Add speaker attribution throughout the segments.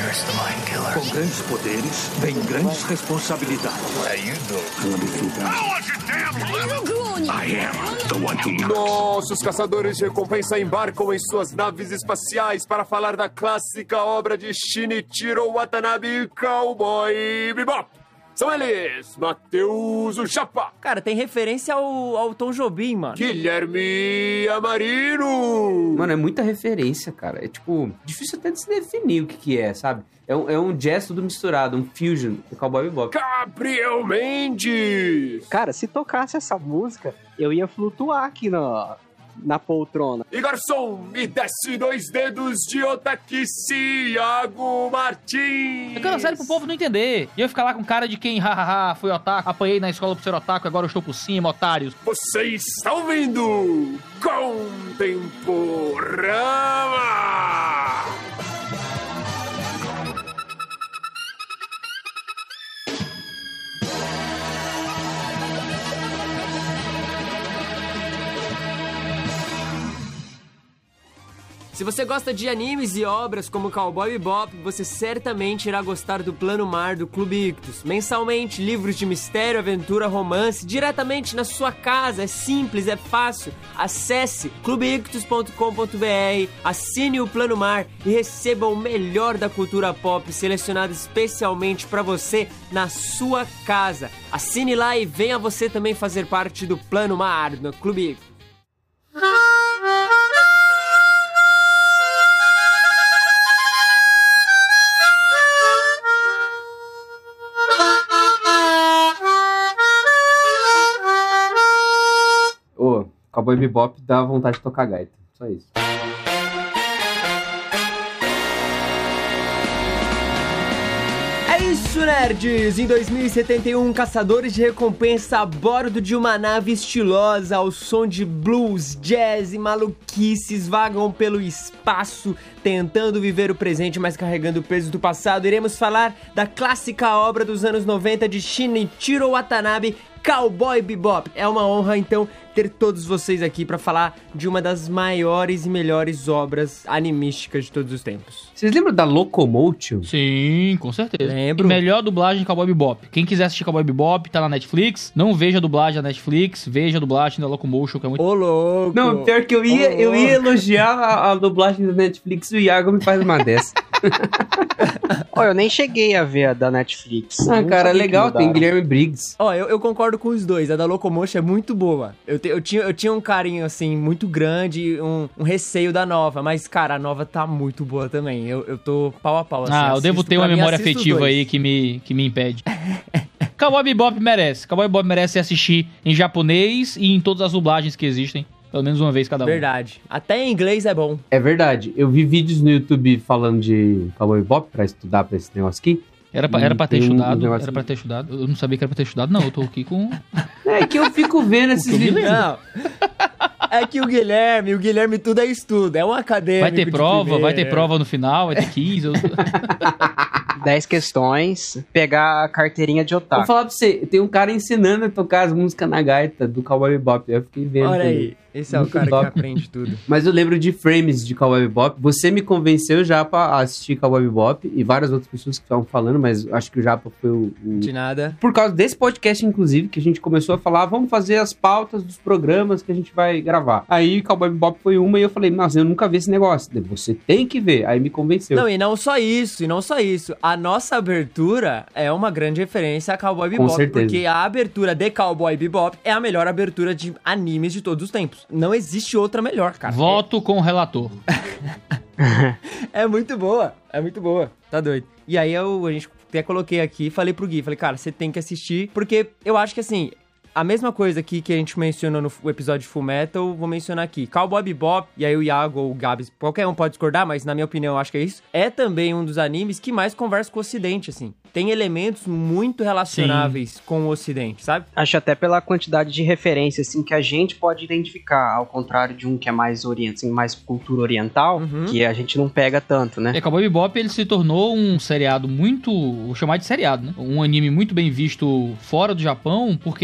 Speaker 1: Com grandes poderes, vem grandes responsabilidades.
Speaker 2: Nossos caçadores de recompensa embarcam em suas naves espaciais para falar da clássica obra de Shinichiro Watanabe, Cowboy Bebop. São eles, Matheus o Chapa.
Speaker 3: Cara, tem referência ao Tom Jobim, mano.
Speaker 2: Guilherme Amarino.
Speaker 4: Mano, é muita referência, cara. É tipo, difícil até de se definir o que é, sabe? É um jazz tudo misturado, um fusion do Cowboy Bebop.
Speaker 2: Gabriel Mendes.
Speaker 5: Cara, se tocasse essa música, eu ia flutuar aqui na poltrona.
Speaker 2: E garçom, me desce 2 dedos de otaquice, Iago Martins.
Speaker 6: Eu quero sério pro povo não entender. E eu ficar lá com cara de quem, hahaha, fui otaku, apanhei na escola por ser otaku, agora eu estou por cima, otários.
Speaker 2: Você está ouvindo Contemporama.
Speaker 3: Se você gosta de animes e obras como Cowboy Bebop, você certamente irá gostar do Plano Mar do Clube Ictus. Mensalmente, livros de mistério, aventura, romance, diretamente na sua casa. É simples, é fácil. Acesse clubeictus.com.br, assine o Plano Mar e receba o melhor da cultura pop selecionado especialmente para você na sua casa. Assine lá e venha você também fazer parte do Plano Mar do Clube Ictus.
Speaker 4: Cowboy Bebop dá vontade de tocar gaita. Só isso.
Speaker 3: É isso, nerds! Em 2071, caçadores de recompensa a bordo de uma nave estilosa ao som de blues, jazz e maluquices vagam pelo espaço, tentando viver o presente, mas carregando o peso do passado. Iremos falar da clássica obra dos anos 90 de Shinichiro Watanabe, Cowboy Bebop. É uma honra, então, ter todos vocês aqui pra falar de uma das maiores e melhores obras animísticas de todos os tempos.
Speaker 4: Vocês lembram da Locomotion?
Speaker 6: Sim, com certeza.
Speaker 3: Lembro.
Speaker 6: E melhor dublagem de Cowboy Bebop. Quem quiser assistir Cowboy Bebop, tá na Netflix. Não veja a dublagem da Netflix, veja a dublagem da Locomotion, que é muito...
Speaker 3: Ô, louco!
Speaker 4: Não, pior que eu ia elogiar a dublagem da Netflix e o Iago me faz uma dessa.
Speaker 5: Olha, eu nem cheguei a ver a da Netflix.
Speaker 4: Ah, cara, legal, tem Guilherme Briggs.
Speaker 3: Ó, eu concordo com os dois. A da Locomotion é muito boa. Eu tinha um carinho, assim, muito grande, um receio da nova. Mas, cara, a nova tá muito boa também. Eu tô pau a pau, assim.
Speaker 6: Eu devo ter uma memória afetiva aí que me impede. Cowboy Bebop merece. Cowboy Bebop merece assistir em japonês e em todas as dublagens que existem. Pelo menos uma vez cada um.
Speaker 3: Verdade. Até em inglês é bom.
Speaker 4: É verdade. Eu vi vídeos no YouTube falando de Cowboy Bebop pra estudar pra esse negócio aqui.
Speaker 6: Era pra ter estudado, era pra ter estudado. Eu não sabia que era pra ter estudado, não. Eu tô aqui com...
Speaker 4: É que eu fico vendo esses vídeos.
Speaker 3: Não. É que o Guilherme tudo é estudo. É um acadêmico.
Speaker 6: Vai ter prova no final, vai ter 15.
Speaker 5: 10 questões, pegar a carteirinha de otaku.
Speaker 4: Vou falar pra você, tem um cara ensinando a tocar as músicas na gaita do Cowboy Bebop. Eu fiquei vendo.
Speaker 3: Olha aí, esse é o cara que aprende tudo.
Speaker 4: Mas eu lembro de frames de Cowboy Bebop. Você me convenceu já pra assistir Cowboy Bebop e várias outras pessoas que estavam falando, mas acho que o Japa foi o...
Speaker 3: De nada.
Speaker 4: Por causa desse podcast, inclusive, que a gente começou a falar, vamos fazer as pautas dos programas que a gente vai gravar. Aí Cowboy Bebop foi uma e eu falei, mas eu nunca vi esse negócio. Você tem que ver. Aí me convenceu.
Speaker 3: Não, e não só isso. A nossa abertura é uma grande referência a Cowboy Bebop.
Speaker 4: Com certeza.
Speaker 3: Porque a abertura de Cowboy Bebop é a melhor abertura de animes de todos os tempos. Não existe outra melhor, cara.
Speaker 6: Voto com o relator.
Speaker 3: É muito boa. Tá doido. E aí a gente até coloquei aqui, falei pro Gui, cara, você tem que assistir, porque eu acho que assim... A mesma coisa aqui que a gente mencionou no episódio de Fullmetal, vou mencionar aqui. Cowboy Bebop, e aí o Iago ou o Gabs, qualquer um pode discordar, mas na minha opinião eu acho que é isso. É também um dos animes que mais conversa com o Ocidente, assim. Tem elementos muito relacionáveis com o Ocidente, sabe?
Speaker 5: Acho até pela quantidade de referências, assim, que a gente pode identificar, ao contrário de um que é mais assim, mais cultura oriental, que a gente não pega tanto, né?
Speaker 6: Cowboy Bebop, ele se tornou um seriado muito... Vou chamar de seriado, né? Um anime muito bem visto fora do Japão, porque ele foi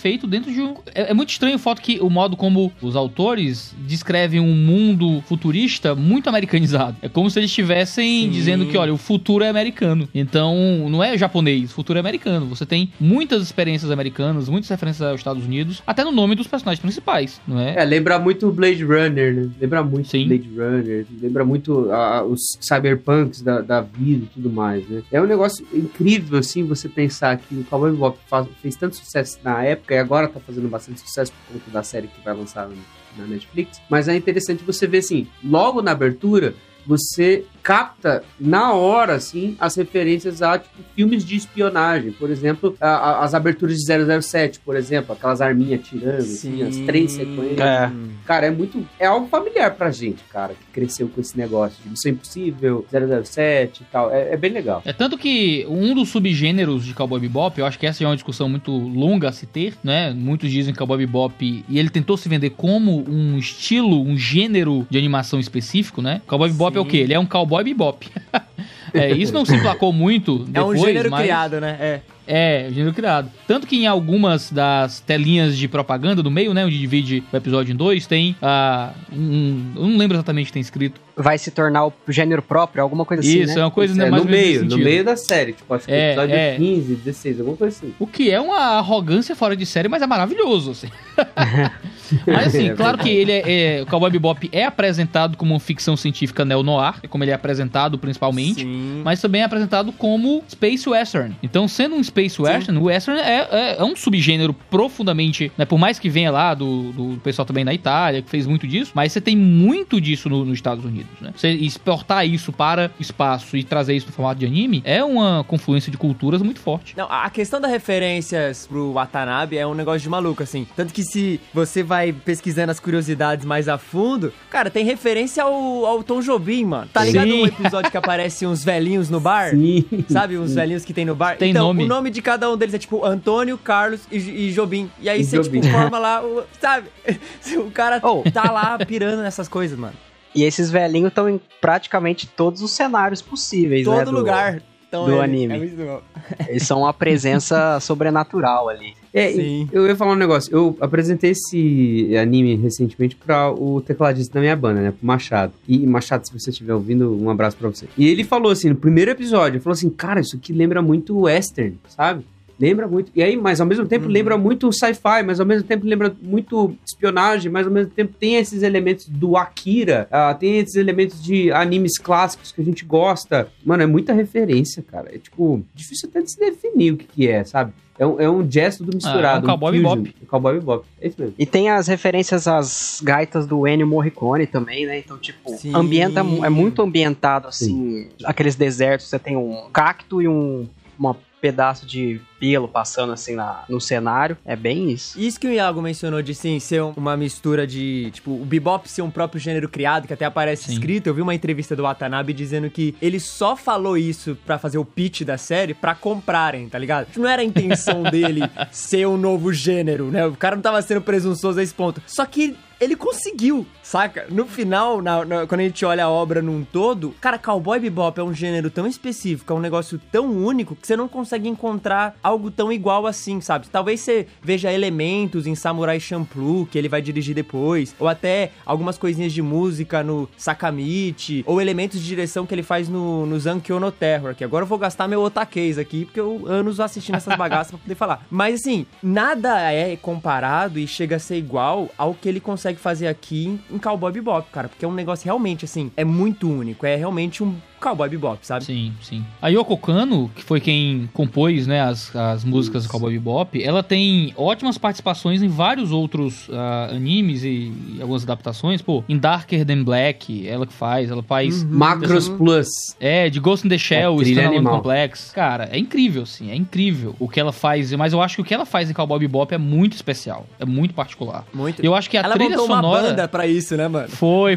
Speaker 6: feito dentro de um... É muito estranho o modo como os autores descrevem um mundo futurista muito americanizado. É como se eles estivessem dizendo que, olha, o futuro é americano. Então, não é japonês, o futuro é americano. Você tem muitas experiências americanas, muitas referências aos Estados Unidos, até no nome dos personagens principais, não é?
Speaker 4: Lembra muito Blade Runner, né? Lembra muito Blade Runner, lembra muito os cyberpunks da vida e tudo mais, né? É um negócio incrível, assim, você pensar que o Cowboy Bebop fez tanto sucesso na época e agora tá fazendo bastante sucesso por conta da série que vai lançar na Netflix, mas é interessante você ver, assim, logo na abertura, você capta na hora, assim, as referências a, tipo, filmes de espionagem. Por exemplo, as aberturas de 007, por exemplo, aquelas arminhas tirando, assim, as 3 sequências. Cara, é algo familiar pra gente, cara, que cresceu com esse negócio de Missão Impossível, 007 e tal. É bem legal.
Speaker 6: É tanto que um dos subgêneros de Cowboy Bebop, eu acho que essa é uma discussão muito longa a se ter, né? Muitos dizem que Cowboy Bebop, e ele tentou se vender como um estilo, um gênero de animação específico, né? Cowboy Bebop é o quê? Ele é um Cowboy Bebop. Isso não se emplacou muito depois,
Speaker 3: é um gênero criado, né?
Speaker 6: Gênero criado. Tanto que em algumas das telinhas de propaganda do meio, né, onde divide o episódio em 2, tem eu não lembro exatamente o que tem escrito.
Speaker 5: Vai se tornar o gênero próprio, alguma coisa assim,
Speaker 6: Isso,
Speaker 5: né?
Speaker 6: É uma coisa mais
Speaker 4: no meio da série, tipo, acho que episódio 15, 16, alguma coisa assim.
Speaker 6: O que é uma arrogância fora de série, mas é maravilhoso, assim. Mas assim, claro que o Cowboy Bebop é apresentado como uma ficção científica neo-noir, como ele é apresentado principalmente, mas também é apresentado como Space Western. Então, sendo um Space Western, o Western é um subgênero profundamente, né, por mais que venha lá do pessoal também na Itália, que fez muito disso, mas você tem muito disso nos Estados Unidos, né? Você exportar isso para o espaço e trazer isso no formato de anime é uma confluência de culturas muito forte.
Speaker 3: Não, a questão das referências pro Watanabe é um negócio de maluco, assim. Tanto que se você vai pesquisando as curiosidades mais a fundo, cara, tem referência ao Tom Jobim, mano. Tá ligado um episódio que aparece uns velhinhos no bar?
Speaker 4: Sim.
Speaker 3: Sabe, uns velhinhos que tem no bar?
Speaker 6: Tem
Speaker 3: então,
Speaker 6: nome.
Speaker 3: O nome de cada um deles é tipo Antônio, Carlos e Jobim. E aí você, tipo, forma lá, sabe? O cara tá lá pirando nessas coisas, mano.
Speaker 5: E esses velhinhos estão em praticamente todos os cenários possíveis, né?
Speaker 3: Todo lugar.
Speaker 5: Do anime.
Speaker 3: É muito bom.
Speaker 5: Eles são uma presença sobrenatural ali.
Speaker 3: Sim.
Speaker 4: Eu ia falar um negócio. Eu apresentei esse anime recentemente pra o tecladista da minha banda, né? Pro Machado. E Machado, se você estiver ouvindo, um abraço pra você. E ele falou assim, no primeiro episódio, ele falou assim, cara, isso aqui lembra muito western, sabe? Lembra muito. E aí, mas ao mesmo tempo lembra muito sci-fi, mas ao mesmo tempo lembra muito espionagem, mas ao mesmo tempo tem esses elementos do Akira, tem esses elementos de animes clássicos que a gente gosta. Mano, é muita referência, cara. É tipo, difícil até de se definir o que é, sabe? É um jazz tudo misturado.
Speaker 6: É um Cowboy Bebop.
Speaker 4: Cowboy Bebop, é isso mesmo.
Speaker 5: E tem as referências às gaitas do Ennio Morricone também, né? Então, tipo, é muito ambientado, assim, aqueles desertos, você tem um cacto e um pedaço de pelo passando assim no cenário, é bem isso.
Speaker 3: Isso que o Iago mencionou de sim, ser uma mistura de, tipo, o bebop ser um próprio gênero criado, que até aparece escrito. Eu vi uma entrevista do Watanabe dizendo que ele só falou isso pra fazer o pitch da série pra comprarem, tá ligado? Não era a intenção dele ser um novo gênero, né? O cara não tava sendo presunçoso a esse ponto. Só que ele conseguiu, saca? No final, quando a gente olha a obra num todo, cara, Cowboy Bebop é um gênero tão específico, é um negócio tão único que você não consegue encontrar algo tão igual assim, sabe? Talvez você veja elementos em Samurai Champloo, que ele vai dirigir depois, ou até algumas coisinhas de música no Sakamichi, ou elementos de direção que ele faz no Zankyo no Terror, que agora eu vou gastar meu otaquês aqui, porque eu anos assistindo essas bagaças pra poder falar. Mas assim, nada é comparado e chega a ser igual ao que ele consegue fazer aqui em Cowboy Bebop, cara, porque é um negócio realmente, assim, é muito único, é realmente um Cowboy Bebop, sabe?
Speaker 6: Sim, sim. A Yoko Kanno, que foi quem compôs, né, as músicas do Cowboy Bebop, ela tem ótimas participações em vários outros animes e algumas adaptações. Pô, em Darker Than Black, ela faz...
Speaker 4: Macros Plus.
Speaker 6: De Ghost in the Shell,
Speaker 4: Standalone
Speaker 6: Complex. Cara, é incrível, sim, é incrível o que ela faz, mas eu acho que o que ela faz em Cowboy Bebop é muito especial, é muito particular.
Speaker 3: Muito.
Speaker 6: Eu acho que a trilha sonora...
Speaker 3: Ela montou uma banda pra isso, né, mano?
Speaker 6: Foi.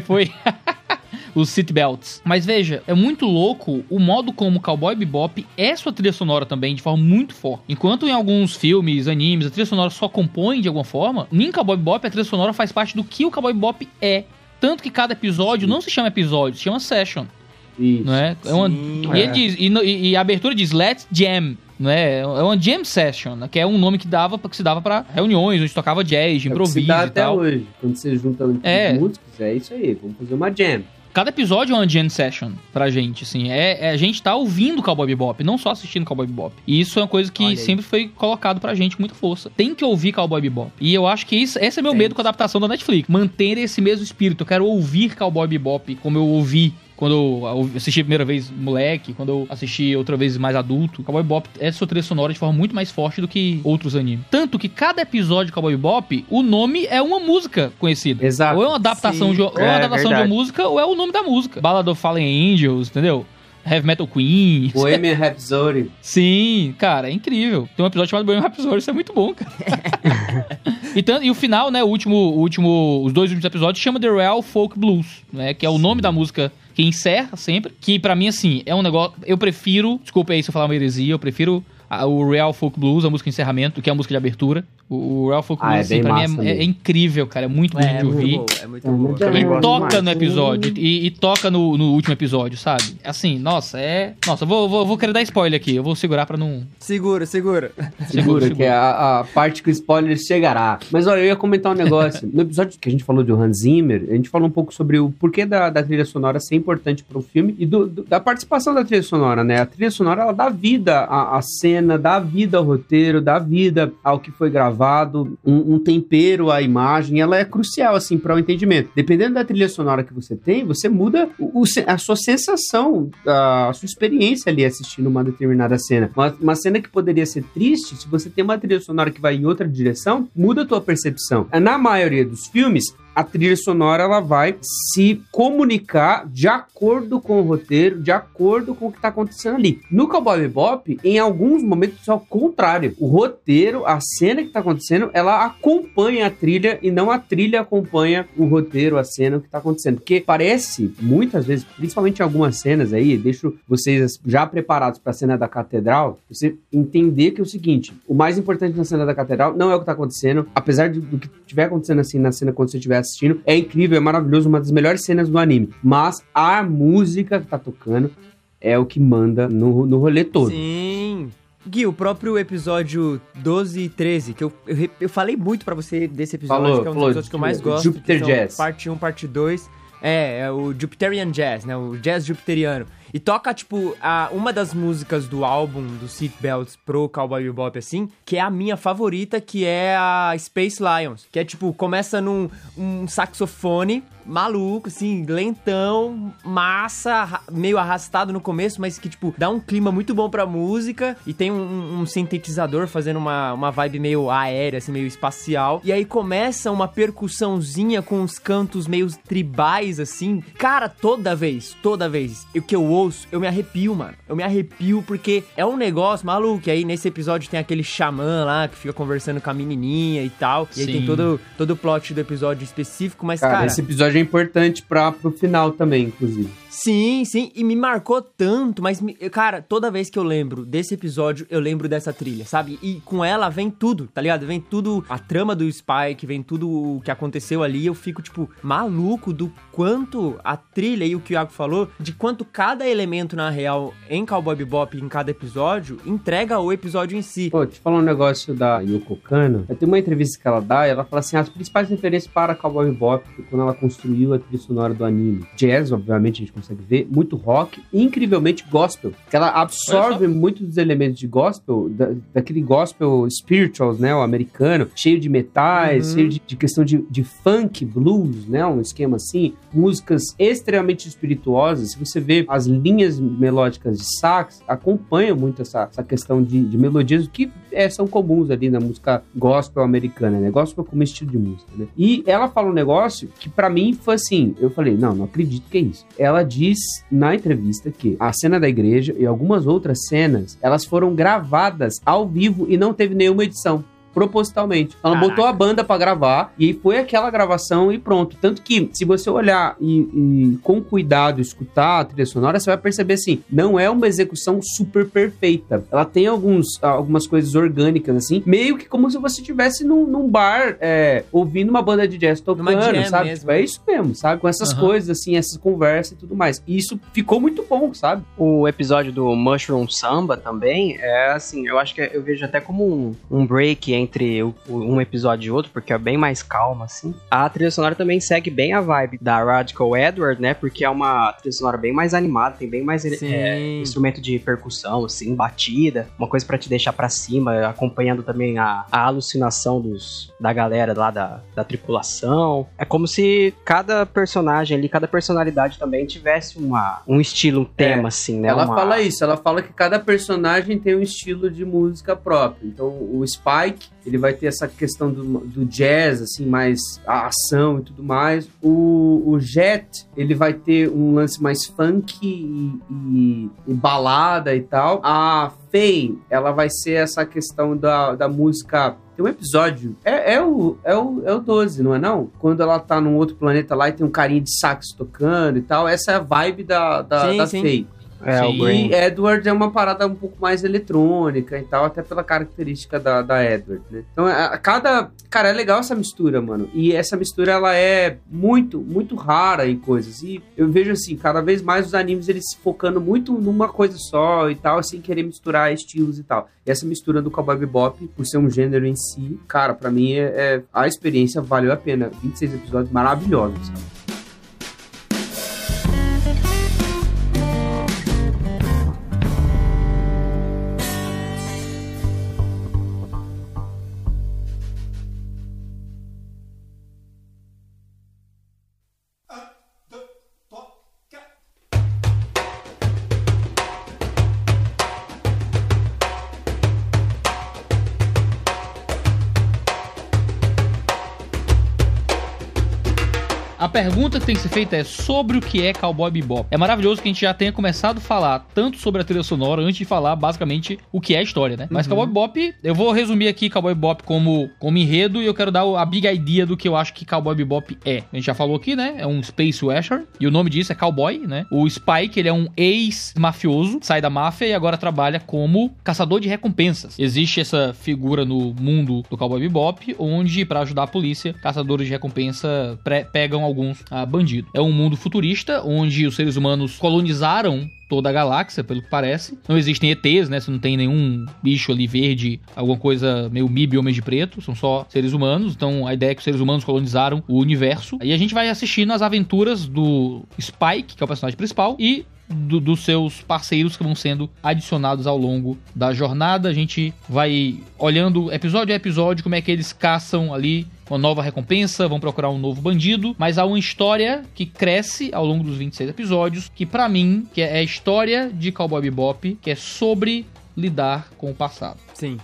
Speaker 6: Os seatbelts. Mas veja, é muito louco o modo como Cowboy Bebop é sua trilha sonora também, de forma muito forte. Enquanto em alguns filmes, animes, a trilha sonora só compõe de alguma forma, em Cowboy Bebop a trilha sonora faz parte do que o Cowboy Bebop é. Tanto que cada episódio não se chama episódio, se chama session.
Speaker 4: Isso.
Speaker 6: Não é? E ele diz, e a abertura diz Let's Jam. né? É uma jam session, né? Que é um nome que se dava pra reuniões, onde tocava jazz, improviso e tal.
Speaker 4: Até hoje, quando você junta músicos, é isso aí, vamos fazer uma jam.
Speaker 6: Cada episódio é uma jam session pra gente, assim. A gente tá ouvindo Cowboy Bebop, não só assistindo Cowboy Bebop. E isso é uma coisa que sempre foi colocado pra gente com muita força. Tem que ouvir Cowboy Bebop. E eu acho que esse é meu medo com a adaptação da Netflix. Manter esse mesmo espírito. Eu quero ouvir Cowboy Bebop como eu ouvi quando eu assisti a primeira vez moleque, quando eu assisti outra vez mais adulto. Cowboy Bebop é sua trilha sonora de forma muito mais forte do que outros animes. Tanto que cada episódio de Cowboy Bebop, o nome é uma música conhecida.
Speaker 4: Exato.
Speaker 6: Ou é uma adaptação, de uma música, ou é o nome da música. Ballad of Fallen Angels, entendeu? Heavy Metal Queen.
Speaker 4: Bohemian Rhapsody.
Speaker 6: Sim, cara, é incrível. Tem um episódio chamado Bohemian Rhapsody, isso é muito bom, cara. E o final, né, os dois últimos episódios chama The Real Folk Blues, né, que é o nome da música que encerra sempre, que pra mim, assim, é um negócio... Eu prefiro, desculpa aí se eu falar uma heresia, eu prefiro o Real Folk Blues, a música de encerramento, que é a música de abertura. O Real Folk Blues, assim, pra mim é incrível, cara. É muito bonito de ouvir.
Speaker 3: É muito bom.
Speaker 6: E toca no episódio. E toca no último episódio, sabe? Assim, nossa, Nossa, vou querer dar spoiler aqui. Eu vou segurar pra não...
Speaker 3: Segura.
Speaker 4: Segura, que a parte que o spoiler chegará. Mas olha, eu ia comentar um negócio. No episódio que a gente falou de Hans Zimmer, a gente falou um pouco sobre o porquê da trilha sonora ser importante pro filme e da participação da trilha sonora, né? A trilha sonora, ela dá vida à cena, dá vida ao roteiro, dá vida ao que foi gravado, um tempero à imagem, ela é crucial, assim, para o entendimento. Dependendo da trilha sonora que você tem, você muda a sua sensação, a sua experiência ali assistindo uma determinada cena. Uma cena que poderia ser triste, se você tem uma trilha sonora que vai em outra direção, muda a tua percepção. Na maioria dos filmes, a trilha sonora, ela vai se comunicar de acordo com o roteiro, de acordo com o que está acontecendo ali. No Cowboy Bebop, em alguns momentos é o contrário. O roteiro, a cena que está acontecendo, ela acompanha a trilha e não a trilha acompanha o roteiro, a cena, o que está acontecendo. Porque parece, muitas vezes, principalmente em algumas cenas aí, deixo vocês já preparados para a cena da catedral, você entender que é o seguinte, o mais importante na cena da catedral não é o que está acontecendo, apesar do que estiver acontecendo assim na cena quando você estiver assistindo, é incrível, é maravilhoso, uma das melhores cenas do anime, mas a música que tá tocando é o que manda no rolê todo.
Speaker 3: Sim. Gui, o próprio episódio 12 e 13, que eu falei muito pra você desse episódio, que é um dos episódios que eu mais gosto.
Speaker 4: Jupiter Jazz.
Speaker 3: Parte 1, parte 2. É o Jupiterian Jazz, né? O jazz jupiteriano. E toca, tipo, uma das músicas do álbum do Seatbelts pro Cowboy Bebop, assim, que é a minha favorita, que é a Space Lions. Que é, tipo, começa num saxofone maluco, assim, lentão, massa, meio arrastado no começo, mas que, tipo, dá um clima muito bom pra música. E tem um sintetizador fazendo uma vibe meio aérea, assim, meio espacial. E aí começa uma percussãozinha com uns cantos meio tribais, assim. Cara, toda vez, o que eu ouço, eu me arrepio, mano. Eu me arrepio porque é um negócio maluco. E aí, nesse episódio, tem aquele xamã lá que fica conversando com a menininha e tal. E aí tem todo o plot do episódio específico, mas, cara...
Speaker 4: Esse episódio é importante pro final também, inclusive.
Speaker 3: Sim, e me marcou tanto, mas, cara, toda vez que eu lembro desse episódio, eu lembro dessa trilha, sabe? E com ela vem tudo, tá ligado? Vem tudo, a trama do Spike, vem tudo o que aconteceu ali, eu fico, tipo, maluco do quanto a trilha, e o que o Iago falou, de quanto cada elemento, na real, em Cowboy Bebop, em cada episódio, entrega o episódio em si.
Speaker 4: Pô, te falar um negócio da Yoko Kanno, tem uma entrevista que ela dá, e ela fala assim, as principais referências para Cowboy Bebop, quando ela construiu a trilha sonora do anime. Jazz, obviamente, a gente consegue ver, muito rock e incrivelmente gospel, que ela absorve muitos dos elementos de gospel, daquele gospel spirituals, né, o americano, cheio de metais, cheio de questão de funk, blues, né, um esquema assim, músicas extremamente espirituosas. Se você vê as linhas melódicas de sax, acompanham muito essa questão de melodias que são comuns ali na música gospel americana, né, gospel como estilo de música, né, e ela fala um negócio que pra mim foi assim, eu falei, não acredito que é isso. Ela diz na entrevista que a cena da igreja e algumas outras cenas, elas foram gravadas ao vivo e não teve nenhuma edição. propositalmente. Ela botou a banda pra gravar, e foi aquela gravação e pronto. Tanto que, se você olhar e com cuidado escutar a trilha sonora, você vai perceber assim, não é uma execução super perfeita. Ela tem algumas coisas orgânicas, assim, meio que como se você estivesse num bar, ouvindo uma banda de jazz tocando, sabe? Tipo, é isso mesmo, sabe? Com essas coisas, assim, essas conversas e tudo mais. E isso ficou muito bom, sabe?
Speaker 5: O episódio do Mushroom Samba também é assim, eu acho que eu vejo até como um break entre um episódio e outro, porque é bem mais calma, assim. A trilha sonora também segue bem a vibe da Radical Edward, né? Porque é uma trilha sonora bem mais animada, tem bem mais instrumento de percussão, assim, batida, uma coisa pra te deixar pra cima, acompanhando também a alucinação da galera lá da tripulação. É como se cada personagem ali, cada personalidade também tivesse um estilo, um tema, assim, né?
Speaker 4: Ela fala isso, ela fala que cada personagem tem um estilo de música próprio. Então, o Spike, ele vai ter essa questão do jazz, assim, mais a ação e tudo mais. O Jet, ele vai ter um lance mais funk e balada e tal. A Faye, ela vai ser essa questão da música. Tem um episódio, é o 12, não é não? Quando ela tá num outro planeta lá e tem um carinha de sax tocando e tal. Essa é a vibe da Faye. E Edward é uma parada um pouco mais eletrônica e tal, até pela característica da Edward, né? Então, cara, é legal essa mistura, mano. E essa mistura, ela é muito, muito rara em coisas. E eu vejo, assim, cada vez mais os animes, eles se focando muito numa coisa só e tal, sem querer misturar estilos e tal. E essa mistura do Cowboy Bebop, por ser um gênero em si, cara, pra mim, a experiência valeu a pena. 26 episódios maravilhosos, sabe?
Speaker 6: A pergunta que tem que ser feita é sobre o que é Cowboy Bebop. É maravilhoso que a gente já tenha começado a falar tanto sobre a trilha sonora antes de falar basicamente o que é a história, né? Mas Cowboy Bebop, eu vou resumir aqui Cowboy Bebop como enredo e eu quero dar a big idea do que eu acho que Cowboy Bebop é. A gente já falou aqui, né? É um space western e o nome disso é cowboy, né? O Spike, ele é um ex-mafioso, sai da máfia e agora trabalha como caçador de recompensas. Existe essa figura no mundo do Cowboy Bebop, onde, pra ajudar a polícia, caçadores de recompensa pegam alguns bandidos. É um mundo futurista, onde os seres humanos colonizaram toda a galáxia, pelo que parece. Não existem ETs, né? Você não tem nenhum bicho ali verde, alguma coisa meio MIB, homens de preto. São só seres humanos. Então, a ideia é que os seres humanos colonizaram o universo. E a gente vai assistindo as aventuras do Spike, que é o personagem principal, e dos seus parceiros que vão sendo adicionados ao longo da jornada. A gente vai olhando episódio a episódio como é que eles caçam ali uma nova recompensa, vão procurar um novo bandido, mas há uma história que cresce ao longo dos 26 episódios, que pra mim, que é a história de Cowboy Bebop, que é sobre lidar com o passado.
Speaker 3: Sim,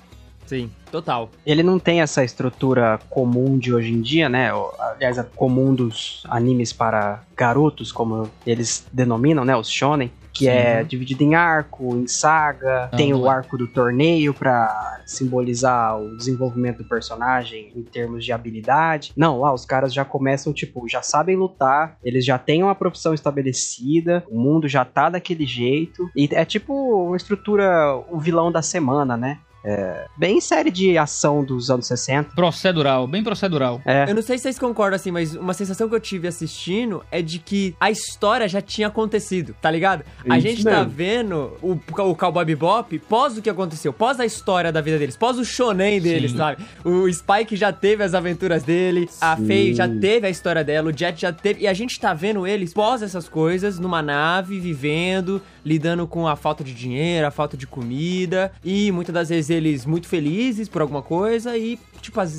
Speaker 3: total.
Speaker 5: Ele não tem essa estrutura comum de hoje em dia, né? Aliás, a comum dos animes para garotos, como eles denominam, né? Os shonen. Que é dividido em arco, em saga, tem o arco do torneio pra simbolizar o desenvolvimento do personagem em termos de habilidade. Não, lá os caras já começam, tipo, já sabem lutar, eles já têm uma profissão estabelecida, o mundo já tá daquele jeito, e é tipo uma estrutura, o vilão da semana, né? Bem série de ação dos anos 60.
Speaker 6: Procedural, bem procedural.
Speaker 3: Eu não sei se vocês concordam assim, mas uma sensação que eu tive assistindo é de que a história já tinha acontecido, tá ligado? A gente tá vendo o Cowboy Bebop pós o que aconteceu, pós a história da vida deles, pós o shonen deles, sabe? O Spike já teve as aventuras dele, a Faye já teve a história dela, o Jet já teve, e a gente tá vendo eles pós essas coisas, numa nave, vivendo, lidando com a falta de dinheiro, a falta de comida, e muitas das vezes eles muito felizes por alguma coisa e, tipo,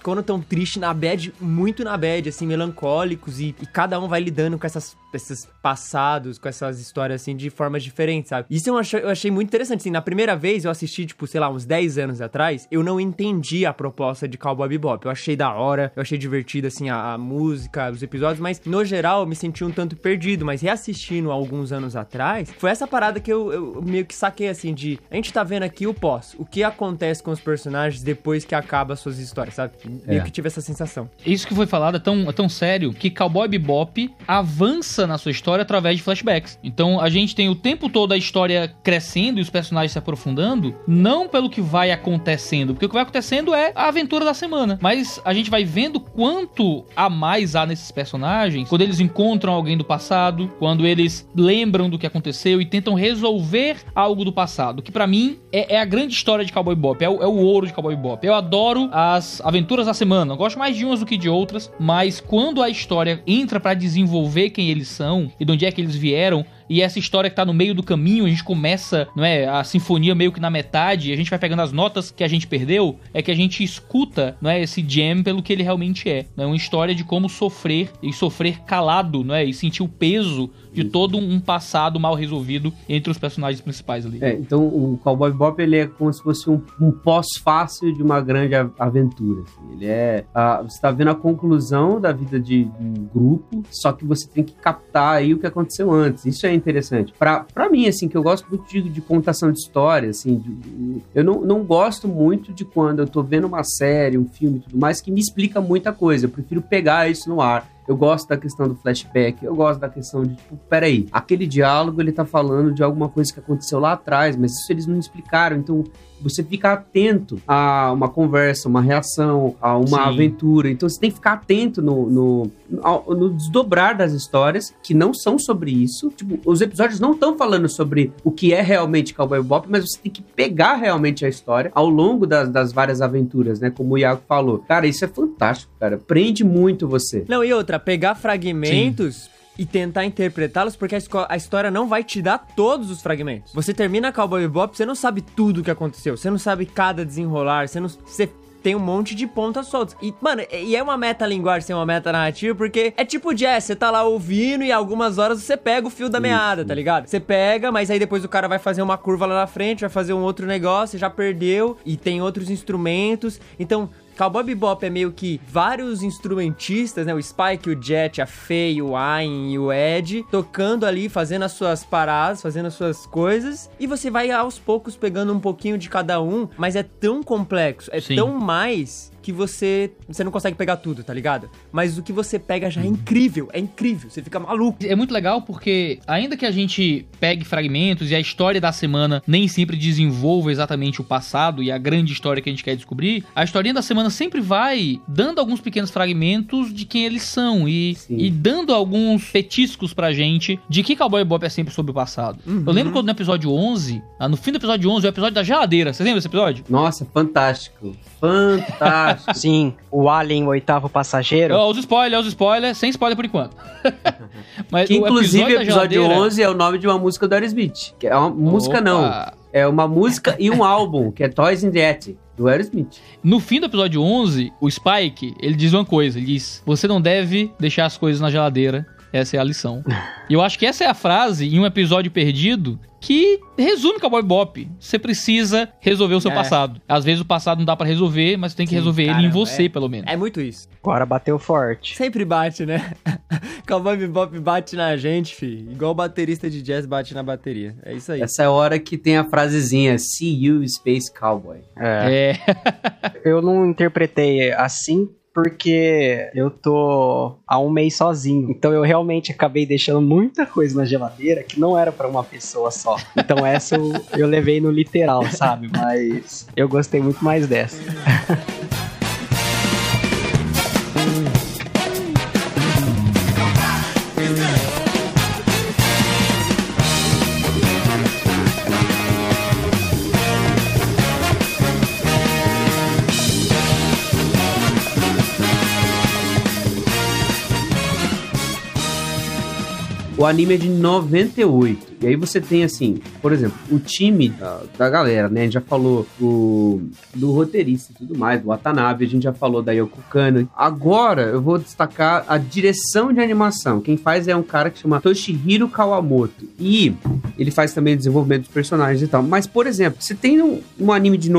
Speaker 3: quando tão triste, na bad, muito na bad, assim, melancólicos, e cada um vai lidando com esses passados, com essas histórias, assim, de formas diferentes, sabe? Isso eu achei muito interessante, assim, na primeira vez eu assisti, tipo, sei lá, uns 10 anos atrás, eu não entendi a proposta de Cowboy Bebop, eu achei da hora, eu achei divertido, assim, a música, os episódios, mas, no geral, eu me senti um tanto perdido, mas reassistindo alguns anos atrás, foi essa parada que eu meio que saquei, assim, de, a gente tá vendo aqui o pós, o que acontece com os personagens depois que acaba as suas histórias, sabe? Meio que tive essa sensação.
Speaker 6: Isso que foi falado é tão sério que Cowboy Bebop avança na sua história através de flashbacks. Então a gente tem o tempo todo a história crescendo e os personagens se aprofundando, não pelo que vai acontecendo, porque o que vai acontecendo é a aventura da semana, mas a gente vai vendo quanto a mais há nesses personagens, quando eles encontram alguém do passado, quando eles lembram do que aconteceu e tentam resolver algo do passado, que pra mim é a grande história de Cowboy Bebop, é o ouro de Cowboy Bebop. Eu adoro as aventuras da semana, eu gosto mais de umas do que de outras, mas quando a história entra pra desenvolver quem eles são e de onde é que eles vieram, e essa história que tá no meio do caminho, a gente começa, não é, a sinfonia meio que na metade, e a gente vai pegando as notas que a gente perdeu, é que a gente escuta, não é, esse jam pelo que ele realmente é. É uma história de como sofrer, e sofrer calado, não é, e sentir o peso de todo um passado mal resolvido entre os personagens principais ali.
Speaker 4: Então o Cowboy Bebop, ele é como se fosse um pós-fácil de uma grande aventura. Assim. Ele é... você tá vendo a conclusão da vida de um grupo, só que você tem que captar aí o que aconteceu antes. Isso é interessante. Pra mim, assim, que eu gosto muito de contação de história, assim, eu não gosto muito de quando eu tô vendo uma série, um filme e tudo mais, que me explica muita coisa. Eu prefiro pegar isso no ar. Eu gosto da questão do flashback, eu gosto da questão de, tipo, peraí, aquele diálogo, ele tá falando de alguma coisa que aconteceu lá atrás, mas isso eles não explicaram, então você fica atento a uma conversa, uma reação, a uma aventura, então você tem que ficar atento no desdobrar das histórias, que não são sobre isso, tipo, os episódios não estão falando sobre o que é realmente Cowboy Bebop, mas você tem que pegar realmente a história ao longo das várias aventuras, né, como o Iago falou. Cara, isso é fantástico, cara, prende muito você.
Speaker 3: Não, e outra, pegar fragmentos e tentar interpretá-los, porque a história não vai te dar todos os fragmentos. Você termina Cowboy Bebop, você não sabe tudo o que aconteceu, você não sabe cada desenrolar, você tem um monte de pontas soltas. E, mano, é uma metalinguagem ser uma metanarrativa, porque é tipo jazz, você tá lá ouvindo e algumas horas você pega o fio da meada, tá ligado? Você pega, mas aí depois o cara vai fazer uma curva lá na frente, vai fazer um outro negócio, já perdeu, e tem outros instrumentos. Então, Cowboy Bebop é meio que vários instrumentistas, né? O Spike, o Jet, a Faye, o Ayn e o Ed, tocando ali, fazendo as suas paradas, fazendo as suas coisas. E você vai aos poucos pegando um pouquinho de cada um, mas é tão complexo, é tão mais que você não consegue pegar tudo, tá ligado? Mas o que você pega já é incrível, você fica maluco.
Speaker 6: É muito legal porque, ainda que a gente pegue fragmentos e a história da semana nem sempre desenvolva exatamente o passado e a grande história que a gente quer descobrir, a historinha da semana sempre vai dando alguns pequenos fragmentos de quem eles são e dando alguns petiscos pra gente de que Cowboy Bebop é sempre sobre o passado. Eu lembro quando no episódio 11, no fim do episódio 11, o episódio da geladeira, você lembra desse episódio?
Speaker 4: Nossa, fantástico. Fantástico.
Speaker 5: Sim, o Alien, o oitavo passageiro.
Speaker 6: Os spoilers, sem spoiler por enquanto.
Speaker 4: Mas que inclusive o episódio 11 é o nome de uma música do Aerosmith. Que é uma música não, é uma música e um álbum, que é Toys in the Attic, do Aerosmith.
Speaker 6: No fim do episódio 11, o Spike, ele diz uma coisa, ele diz: você não deve deixar as coisas na geladeira, essa é a lição. E eu acho que essa é a frase em um episódio perdido que resume Cowboy Bebop. Você precisa resolver o seu passado. Às vezes o passado não dá pra resolver, mas você tem que resolver ele em você, pelo menos.
Speaker 3: É muito isso.
Speaker 5: Agora bateu forte.
Speaker 3: Sempre bate, né? Cowboy Bebop bate na gente, fi. Igual o baterista de jazz bate na bateria. É isso aí.
Speaker 4: Essa é a hora que tem a frasezinha See you, Space Cowboy.
Speaker 5: Eu não interpretei assim, porque eu tô há um mês sozinho. Então eu realmente acabei deixando muita coisa na geladeira que não era pra uma pessoa só. Então essa eu levei no literal, sabe? Mas eu gostei muito mais dessa.
Speaker 4: O anime é de 98. E aí você tem, assim, por exemplo, o time da galera, né? A gente já falou do roteirista e tudo mais, do Watanabe, a gente já falou da Yoko Kanno. Agora eu vou destacar a direção de animação. Quem faz é um cara que chama Toshihiro Kawamoto. E ele faz também o desenvolvimento dos personagens e tal. Mas, por exemplo, você tem um anime de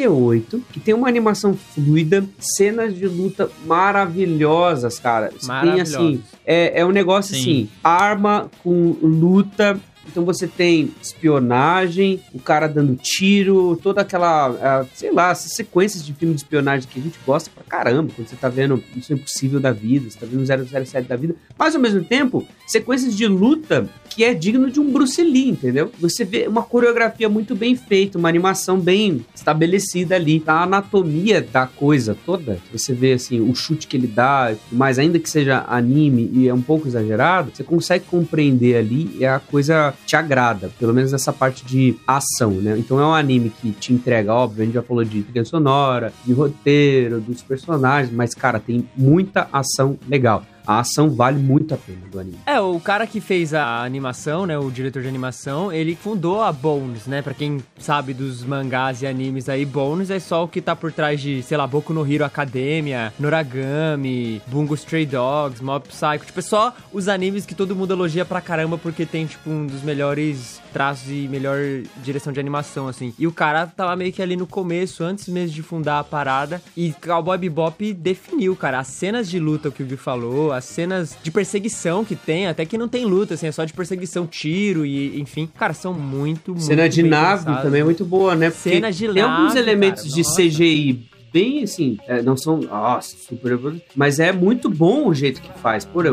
Speaker 4: 98 que tem uma animação fluida, cenas de luta maravilhosas, cara. Você tem, assim, é um negócio, assim, arma com luta. Então você tem espionagem, o cara dando tiro, toda aquela, sei lá, essas sequências de filme de espionagem que a gente gosta pra caramba, quando você tá vendo Missão Impossível da vida, você tá vendo 007 da vida, mas ao mesmo tempo, sequências de luta que é digno de um Bruce Lee, entendeu? Você vê uma coreografia muito bem feita, uma animação bem estabelecida ali, a anatomia da coisa toda, você vê assim, o chute que ele dá, mas ainda que seja anime e é um pouco exagerado, você consegue compreender ali e a coisa te agrada, pelo menos essa parte de ação, né? Então é um anime que te entrega, óbvio, a gente já falou de trilha sonora, de roteiro, dos personagens, mas, cara, tem muita ação legal. A ação vale muito a pena do anime.
Speaker 3: O cara que fez a animação, né, o diretor de animação, ele fundou a Bones, né, pra quem sabe dos mangás e animes aí, Bones é só o que tá por trás de, sei lá, Boku no Hero Academia, Noragami, Bungo Stray Dogs, Mob Psycho, tipo, é só os animes que todo mundo elogia pra caramba porque tem, tipo, um dos melhores traços e melhor direção de animação, assim. E o cara tava meio que ali no começo, antes mesmo de fundar a parada, e Cowboy Bebop definiu, cara, as cenas de luta que o Gui falou, as cenas de perseguição que tem, até que não tem luta, assim, é só de perseguição, tiro e, enfim, cara, são muito
Speaker 4: cena de nave pensadas. Também é muito boa, né? Porque
Speaker 3: cena de
Speaker 4: tem
Speaker 3: nave,
Speaker 4: alguns elementos
Speaker 3: cara,
Speaker 4: de CGI bem, assim, não são, super, mas é muito bom o jeito que faz. Por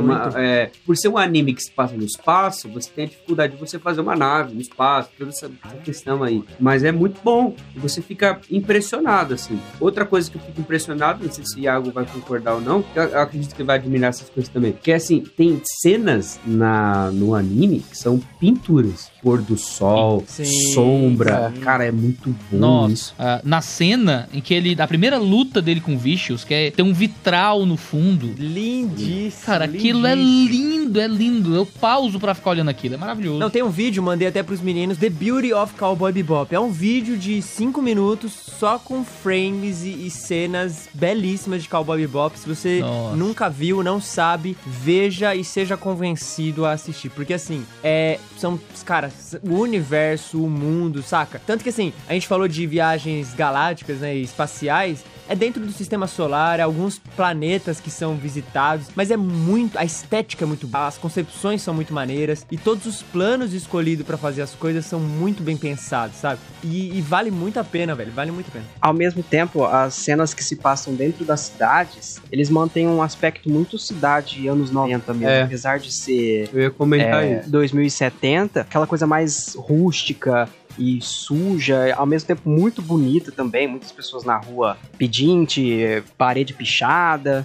Speaker 4: ser um anime que se passa no espaço, você tem a dificuldade de você fazer uma nave no espaço, toda essa questão aí. Mas é muito bom, você fica impressionado, assim. Outra coisa que eu fico impressionado, não sei se o Iago vai concordar ou não, eu acredito que ele vai admirar essas coisas também, que é assim, tem cenas no anime que são pinturas. Pôr do sol, sombra, cara, é muito bom.
Speaker 6: Nossa,
Speaker 4: isso.
Speaker 6: Na cena em que a primeira luta dele com Vicious, que tem um vitral no fundo.
Speaker 3: Lindíssimo.
Speaker 6: Cara, aquilo é lindo, é lindo. Eu pauso pra ficar olhando aquilo, é maravilhoso.
Speaker 3: Não, tem um vídeo, mandei até pros meninos, The Beauty of Cowboy Bebop. É um vídeo de 5 minutos só com frames e cenas belíssimas de Cowboy Bebop. Se você nunca viu, não sabe, veja e seja convencido a assistir. Porque assim, são, cara, o universo, o mundo, saca? Tanto que assim, a gente falou de viagens galácticas, né, e espaciais, é dentro do sistema solar, alguns planetas que são visitados, mas a estética é muito boa, as concepções são muito maneiras, e todos os planos escolhidos pra fazer as coisas são muito bem pensados, sabe? E vale muito a pena, velho, vale muito a pena.
Speaker 5: Ao mesmo tempo, as cenas que se passam dentro das cidades, eles mantêm um aspecto muito cidade anos 90 mesmo, apesar de ser
Speaker 4: eu ia comentar isso.
Speaker 5: 2070, aquela coisa mais rústica e suja, ao mesmo tempo muito bonita também, muitas pessoas na rua pedinte, parede pichada,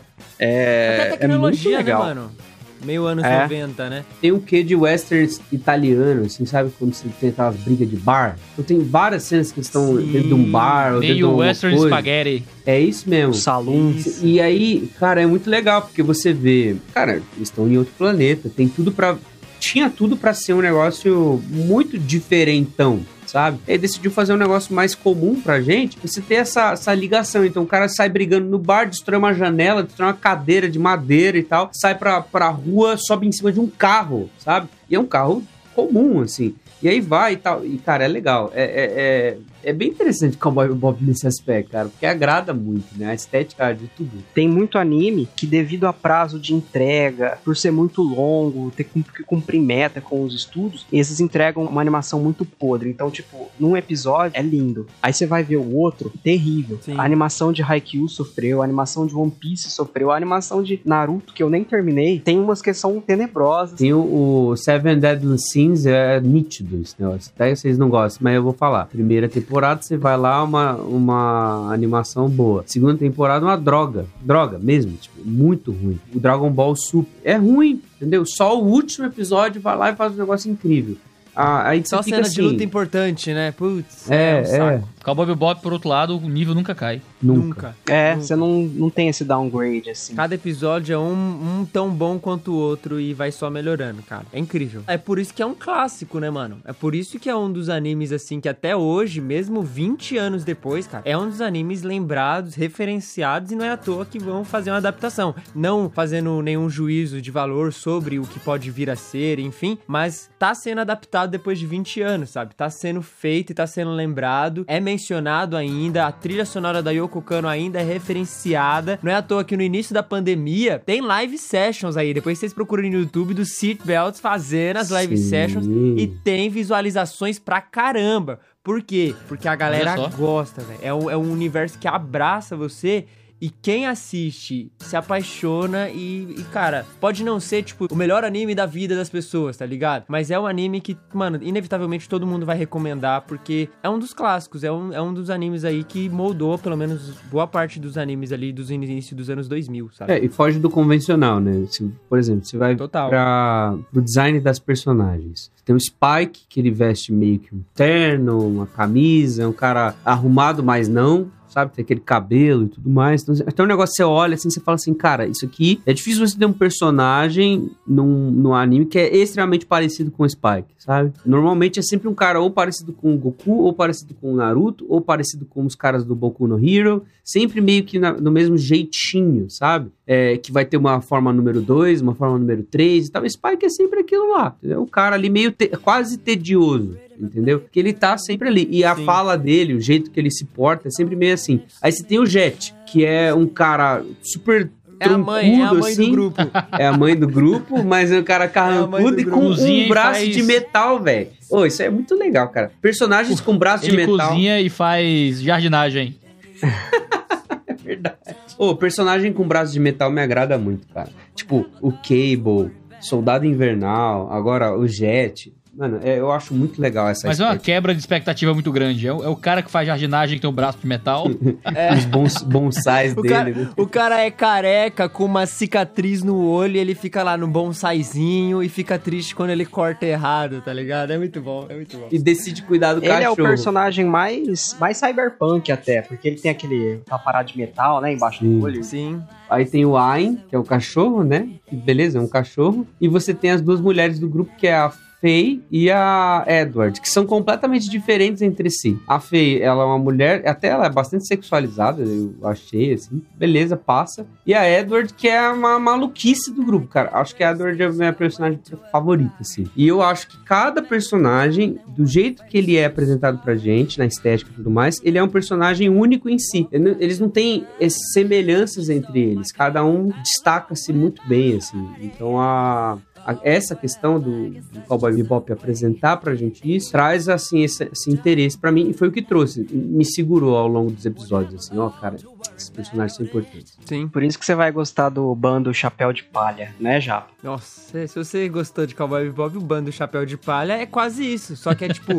Speaker 3: até tecnologia,
Speaker 5: muito legal.
Speaker 3: né, mano? Meio anos 90, né?
Speaker 4: Tem um quê de westerns italiano, assim, sabe? Quando você tem aquelas brigas de bar. Então tem várias cenas que estão dentro de um bar, ou dentro de uma
Speaker 6: western
Speaker 4: coisa.
Speaker 6: spaghetti.
Speaker 4: É isso mesmo.
Speaker 5: Saloons.
Speaker 4: E aí, cara, é muito legal, porque você vê... Cara, eles estão em outro planeta, tem tudo pra... Tinha tudo pra ser um negócio muito diferentão, sabe? Ele decidiu fazer um negócio mais comum pra gente, você ter essa ligação. Então o cara sai brigando no bar, destrói uma janela, destrói uma cadeira de madeira e tal, sai pra rua, sobe em cima de um carro, sabe? E é um carro comum, assim. E aí vai e tal. E, cara, é legal. É bem interessante Cowboy Bebop nesse aspecto, cara, porque agrada muito, né? A estética de tudo.
Speaker 5: Tem muito anime que, devido a prazo de entrega, por ser muito longo, ter que cumprir meta com os estúdios, esses entregam uma animação muito podre. Então, tipo, num episódio é lindo. Aí você vai ver o outro, terrível.
Speaker 3: Sim.
Speaker 5: A animação de Haikyuu sofreu, a animação de One Piece sofreu, a animação de Naruto, que eu nem terminei, tem umas que são tenebrosas.
Speaker 4: Tem o Seven Deadly Sins, é nítido esse negócio. Até vocês não gostam, mas eu vou falar. Primeira temporada, você vai lá, uma animação boa. Segunda temporada, uma droga mesmo, tipo, muito ruim. O Dragon Ball Super é ruim, entendeu? Só o último episódio vai lá e faz um negócio incrível. Aí
Speaker 3: só cena assim, de luta importante, né? Putz,
Speaker 4: saco.
Speaker 6: Cowboy Bebop, por outro lado, o nível nunca cai.
Speaker 4: Nunca.
Speaker 5: Você não tem esse downgrade, assim.
Speaker 3: Cada episódio é um tão bom quanto o outro e vai só melhorando, cara. É incrível. É por isso que é um clássico, né, mano? É por isso que é um dos animes, assim, que até hoje, mesmo 20 anos depois, cara, é um dos animes lembrados, referenciados, e não é à toa que vão fazer uma adaptação. Não fazendo nenhum juízo de valor sobre o que pode vir a ser, enfim, mas tá sendo adaptado depois de 20 anos, sabe? Tá sendo feito e tá sendo lembrado, é mencionado ainda, a trilha sonora da Yoko Kanno ainda é referenciada. Não é à toa que no início da pandemia tem live sessions aí, depois vocês procuram no YouTube dos Seatbelts fazendo as live sessions e tem visualizações pra caramba. Por quê? Porque a galera gosta, velho. É um universo que abraça você. E quem assiste se apaixona e, cara, pode não ser, tipo, o melhor anime da vida das pessoas, tá ligado? Mas é um anime que, mano, inevitavelmente todo mundo vai recomendar, porque é um dos clássicos, é um dos animes aí que moldou, pelo menos, boa parte dos animes ali dos inícios dos anos 2000, sabe?
Speaker 4: E foge do convencional, né? Por exemplo, você vai pro design das personagens. Tem o Spike, que ele veste meio que um terno, uma camisa, é um cara arrumado, mas não... sabe, tem aquele cabelo e tudo mais. Então, até um negócio que você olha assim, você fala assim, cara, isso aqui é difícil você ter um personagem num anime que é extremamente parecido com o Spike, sabe? Normalmente é sempre um cara ou parecido com o Goku, ou parecido com o Naruto, ou parecido com os caras do Boku no Hero, sempre meio que no mesmo jeitinho, sabe? Que vai ter uma forma número 2, uma forma número 3 e tal. O Spike é sempre aquilo lá, entendeu? O cara ali meio quase tedioso, entendeu? Que ele tá sempre ali. E a fala dele, o jeito que ele se porta, é sempre meio assim. Aí você tem o Jet, que é um cara super truncudo,
Speaker 3: é a mãe
Speaker 4: assim.
Speaker 3: do grupo.
Speaker 4: É a mãe do grupo, mas é um cara carrancudo e com um braço de metal, velho. Isso é muito legal, cara. Personagens com braço de metal.
Speaker 6: Ele cozinha e faz jardinagem.
Speaker 4: É verdade. Personagem com braço de metal me agrada muito, cara. Tipo, o Cable, Soldado Invernal, agora o Jet... Mano, eu acho muito legal essa
Speaker 6: Mas é uma quebra de expectativa muito grande. É o cara que faz jardinagem que tem um braço de metal.
Speaker 4: Os bonsais dele. Né?
Speaker 3: O cara é careca com uma cicatriz no olho e ele fica lá no bonsaizinho e fica triste quando ele corta errado, tá ligado? É muito bom, é muito bom.
Speaker 4: E decide cuidar do cachorro.
Speaker 5: Ele é o personagem mais cyberpunk até, porque ele tem aquela parada de metal, né, embaixo do olho.
Speaker 3: Sim.
Speaker 4: Aí tem o Ain, que é o cachorro, né? Beleza, é um cachorro. E você tem as duas mulheres do grupo, que é a Faye e a Edward, que são completamente diferentes entre si. A Faye, ela é uma mulher, até ela é bastante sexualizada, eu achei, assim. Beleza, passa. E a Edward, que é uma maluquice do grupo, cara. Acho que a Edward é a minha personagem favorita, assim. E eu acho que cada personagem, do jeito que ele é apresentado pra gente, na estética e tudo mais, ele é um personagem único em si. Eles não têm semelhanças entre eles. Cada um destaca-se muito bem, assim. Então, essa questão do Cowboy Bebop apresentar pra gente isso, traz, assim, esse interesse pra mim, e foi o que trouxe, me segurou ao longo dos episódios, assim, cara, esses personagens são importantes.
Speaker 5: Sim. Por isso que você vai gostar do bando Chapéu de Palha, né, Japa?
Speaker 3: Nossa, se você gostou de Cowboy Bebop, o bando Chapéu de Palha é quase isso, só que é tipo,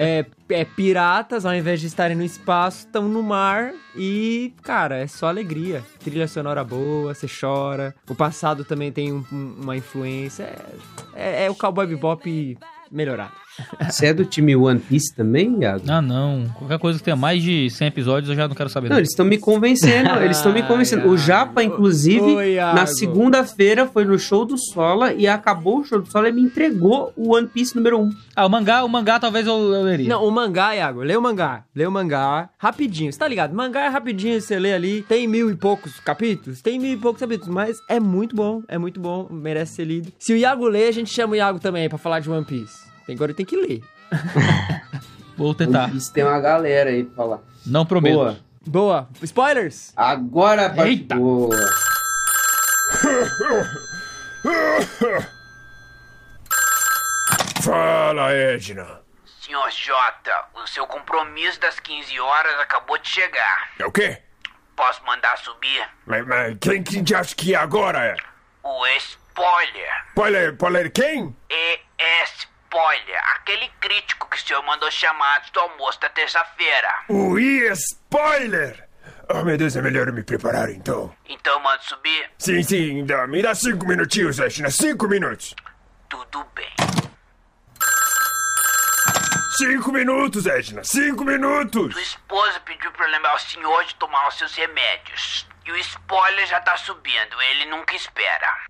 Speaker 3: piratas, ao invés de estarem no espaço, estão no mar e, cara, é só alegria. Trilha sonora boa, você chora, o passado também tem uma influência, é o Cowboy Bebop melhorado.
Speaker 4: Você é do time One Piece também, Iago?
Speaker 6: Ah, não. Qualquer coisa que tenha mais de 100 episódios eu já não quero saber.
Speaker 4: Não, eles estão me convencendo, O Japa, inclusive, na segunda-feira foi no show do Sola e acabou o show do Sola e me entregou o One Piece número 1.
Speaker 6: Ah, o mangá talvez eu leria.
Speaker 3: Não, o mangá, Iago, lê o mangá rapidinho, você tá ligado? Mangá é rapidinho, você lê ali, tem 1000 e poucos capítulos, mas é muito bom, merece ser lido. Se o Iago ler, a gente chama o Iago também pra falar de One Piece. Agora tem que ler.
Speaker 6: Vou tentar.
Speaker 4: Isso tem uma galera aí pra falar.
Speaker 6: Não prometo.
Speaker 3: Boa. Spoilers?
Speaker 4: Agora a parte boa.
Speaker 2: Fala, Edna.
Speaker 7: Senhor Jota, o seu compromisso das 15 horas acabou de chegar.
Speaker 2: É o quê?
Speaker 7: Posso mandar subir?
Speaker 2: Mas quem acha que agora é?
Speaker 7: O spoiler.
Speaker 2: Spoiler quem?
Speaker 7: Spoiler, aquele crítico que o senhor mandou chamar antes do almoço da terça-feira.
Speaker 2: O spoiler! Oh, meu Deus, é melhor eu me preparar, então.
Speaker 7: Então eu mando subir?
Speaker 2: Sim, me dá 5 minutinhos, Edna, 5 minutos.
Speaker 7: Tudo bem.
Speaker 2: 5 minutos, Edna, 5 minutos!
Speaker 7: Sua esposa pediu pra eu lembrar o senhor de tomar os seus remédios. E o spoiler já tá subindo, ele nunca espera.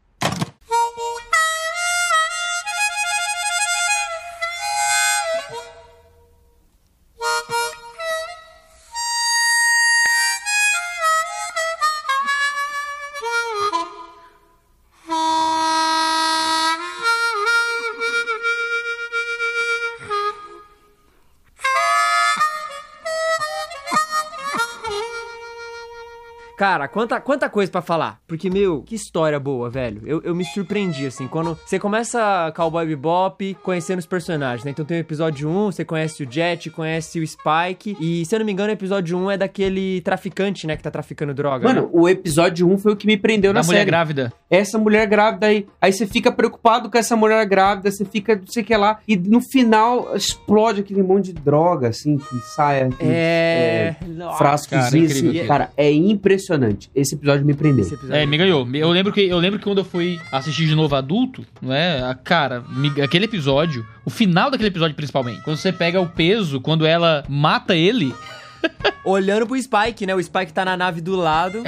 Speaker 3: Cara, quanta coisa pra falar. Porque, meu, que história boa, velho. Eu me surpreendi, assim, quando você começa Cowboy Bebop conhecendo os personagens, né? Então tem o episódio 1, você conhece o Jet, conhece o Spike. E, se eu não me engano, o episódio 1 é daquele traficante, né? Que tá traficando droga.
Speaker 4: Mano, o episódio 1 foi o que me prendeu na série.
Speaker 6: Da mulher grávida.
Speaker 4: Essa mulher grávida aí você fica preocupado com essa mulher grávida, você fica não sei o que lá. E no final explode aquele monte de droga, assim, que sai. Frascos.
Speaker 6: Cara, incrível.
Speaker 4: Cara, é impressionante. Esse episódio me prendeu.
Speaker 6: Me ganhou. Eu lembro que quando eu fui assistir de novo adulto, não é? Cara, aquele episódio, o final daquele episódio principalmente, quando você pega o peso, quando ela mata ele.
Speaker 3: Olhando pro Spike, né? O Spike tá na nave do lado.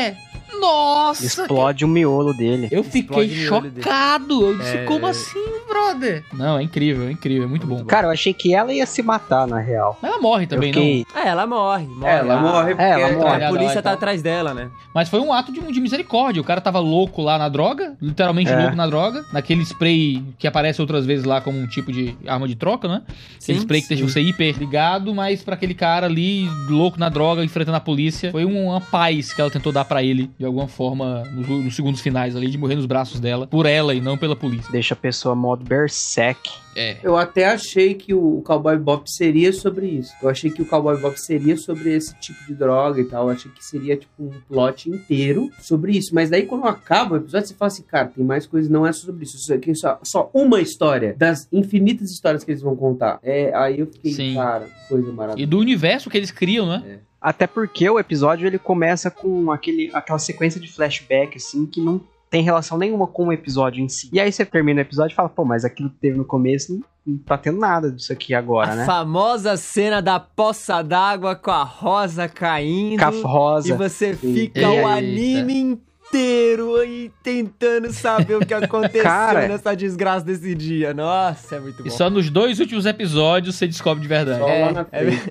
Speaker 6: Nossa!
Speaker 5: Explode o miolo dele.
Speaker 6: Eu fiquei chocado. Eu disse, como assim, brother? Não, é incrível, é muito bom.
Speaker 5: Cara, eu achei que ela ia se matar, na real.
Speaker 6: Ela morre também, não?
Speaker 3: Ela morre.
Speaker 4: Ela morre.
Speaker 3: A polícia tá atrás dela, né?
Speaker 6: Mas foi um ato de misericórdia. O cara tava louco lá na droga, literalmente louco na droga. Naquele spray que aparece outras vezes lá como um tipo de arma de troca, né? Aquele spray que deixa você hiper ligado, mas pra aquele cara ali, louco na droga, enfrentando a polícia, foi uma paz que ela tentou dar pra ele, de alguma forma, nos segundos finais ali, de morrer nos braços dela, por ela e não pela polícia.
Speaker 5: Deixa a pessoa modo berserk.
Speaker 4: Eu até achei que o Cowboy Bebop seria sobre isso. Eu achei que o Cowboy Bebop seria sobre esse tipo de droga e tal. Eu achei que seria, tipo, um plot inteiro sobre isso. Mas daí, quando acaba o episódio, você fala assim, cara, tem mais coisas, não é sobre isso. Isso aqui é só uma história das infinitas histórias que eles vão contar. Aí eu fiquei, cara, coisa maravilhosa.
Speaker 6: E do universo que eles criam, né?
Speaker 5: Até porque o episódio, ele começa com aquela sequência de flashback, assim, que não tem relação nenhuma com o episódio em si. E aí você termina o episódio e fala, pô, mas aquilo que teve no começo não tá tendo nada disso aqui agora, né?
Speaker 3: A famosa cena da poça d'água com a rosa caindo.
Speaker 5: Rosa.
Speaker 3: E você fica o anime inteiro aí tentando saber o que aconteceu nessa desgraça desse dia. Nossa, é muito bom.
Speaker 6: E só nos 2 últimos episódios você descobre de verdade.
Speaker 4: Só lá na frente.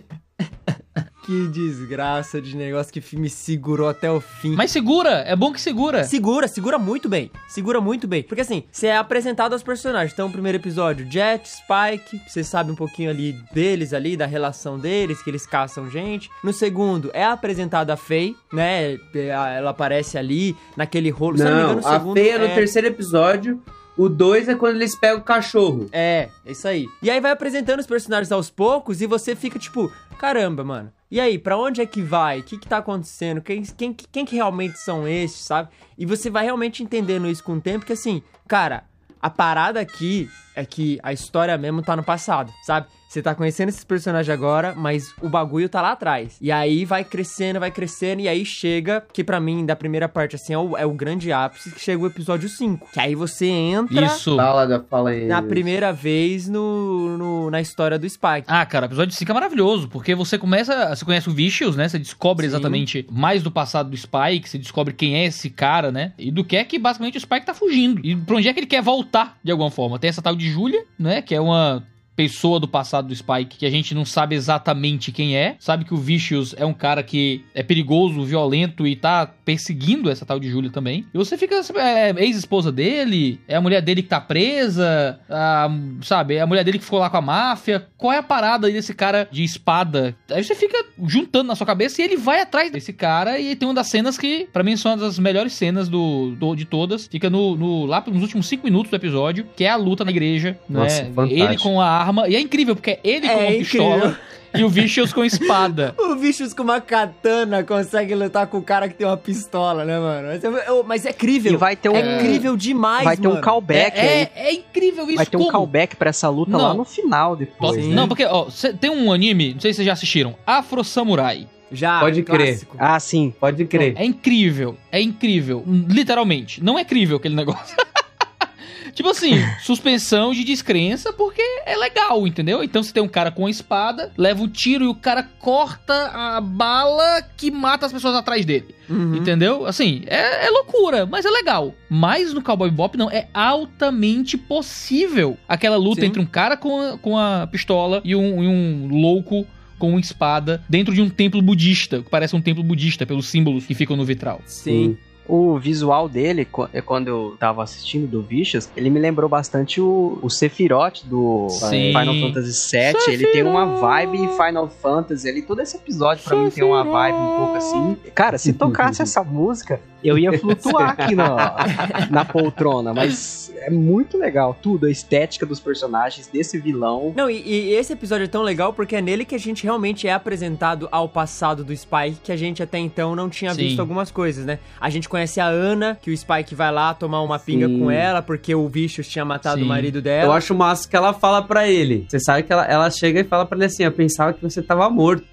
Speaker 3: Que desgraça de negócio que me segurou até o fim.
Speaker 6: Mas segura, é bom que segura.
Speaker 3: Segura muito bem. Segura muito bem. Porque assim, você é apresentado aos personagens. Então, o primeiro episódio, Jet, Spike, você sabe um pouquinho ali deles ali, da relação deles, que eles caçam gente. No segundo, é apresentado a Faye, né? Ela aparece ali, naquele rolo. Se não me engano, no segundo,
Speaker 4: a Faye é no terceiro episódio. O 2 é quando eles pegam o cachorro.
Speaker 3: É isso aí. E aí vai apresentando os personagens aos poucos e você fica tipo, caramba, mano. E aí, pra onde é que vai? O que tá acontecendo? Quem que realmente são esses, sabe? E você vai realmente entendendo isso com o tempo, que assim, cara, a parada aqui é que a história mesmo tá no passado, sabe? Você tá conhecendo esses personagens agora, mas o bagulho tá lá atrás. E aí vai crescendo, e aí chega, que pra mim, da primeira parte, assim, é o grande ápice, que chega o episódio 5. Que aí você entra na primeira vez na história do Spike.
Speaker 6: Ah, cara, o episódio 5 é maravilhoso, porque você conhece o Vicious, né? Você descobre exatamente mais do passado do Spike, você descobre quem é esse cara, né? E do que é que, basicamente, o Spike tá fugindo. E pra onde é que ele quer voltar, de alguma forma. Tem essa tal de Julia, né? Que é uma pessoa do passado do Spike que a gente não sabe exatamente quem é. Sabe que o Vicious é um cara que é perigoso, violento e tá perseguindo essa tal de Julia também. E você fica... É ex-esposa dele? É a mulher dele que tá presa? Sabe? É a mulher dele que ficou lá com a máfia? Qual é a parada aí desse cara de espada? Aí você fica juntando na sua cabeça e ele vai atrás desse cara. E tem uma das cenas que, pra mim, são uma das melhores cenas de todas. Fica lá nos últimos 5 minutos do episódio, que é a luta na igreja.
Speaker 4: Nossa,
Speaker 6: né?
Speaker 4: fantástico.
Speaker 6: Ele com a arma. E é incrível, porque é ele com uma pistola e o Vicious com espada.
Speaker 3: O Vicious com uma katana consegue lutar com o cara que tem uma pistola, né, mano? Mas é incrível.
Speaker 5: E vai ter
Speaker 3: incrível demais,
Speaker 5: vai ter
Speaker 3: mano.
Speaker 5: um callback.
Speaker 6: É incrível isso.
Speaker 5: Vai ter um callback pra essa luta lá no final depois.
Speaker 6: Não, porque tem um anime, não sei se vocês já assistiram, Afro Samurai.
Speaker 3: Já,
Speaker 4: pode crer.
Speaker 3: Clássico.
Speaker 5: Ah, sim.
Speaker 4: Pode crer.
Speaker 6: É incrível. Literalmente. Não é crível aquele negócio. Tipo assim, suspensão de descrença porque é legal, entendeu? Então você tem um cara com a espada, leva um tiro e o cara corta a bala que mata as pessoas atrás dele. Entendeu? Assim, é loucura, mas é legal. Mas no Cowboy Bebop não, é altamente possível aquela luta entre um cara com a pistola e um louco com uma espada dentro de um templo budista, que parece um templo budista pelos símbolos que ficam no vitral.
Speaker 5: Sim. O visual dele, quando eu tava assistindo do Vicious, ele me lembrou bastante o Sephiroth do Final Fantasy VII. Ele tem uma vibe Final Fantasy ali. Todo esse episódio pra mim tem uma vibe um pouco assim. Cara, se tocasse essa música, eu ia flutuar aqui na poltrona, mas é muito legal tudo, a estética dos personagens, desse vilão.
Speaker 3: Não, e esse episódio é tão legal porque é nele que a gente realmente é apresentado ao passado do Spike, que a gente até então não tinha visto algumas coisas, né? A gente conhece a Ana, que o Spike vai lá tomar uma pinga com ela, porque o Vicious tinha matado o marido dela.
Speaker 4: Eu acho massa que ela fala pra ele. Você sabe que ela chega e fala pra ele assim, eu pensava que você tava morto.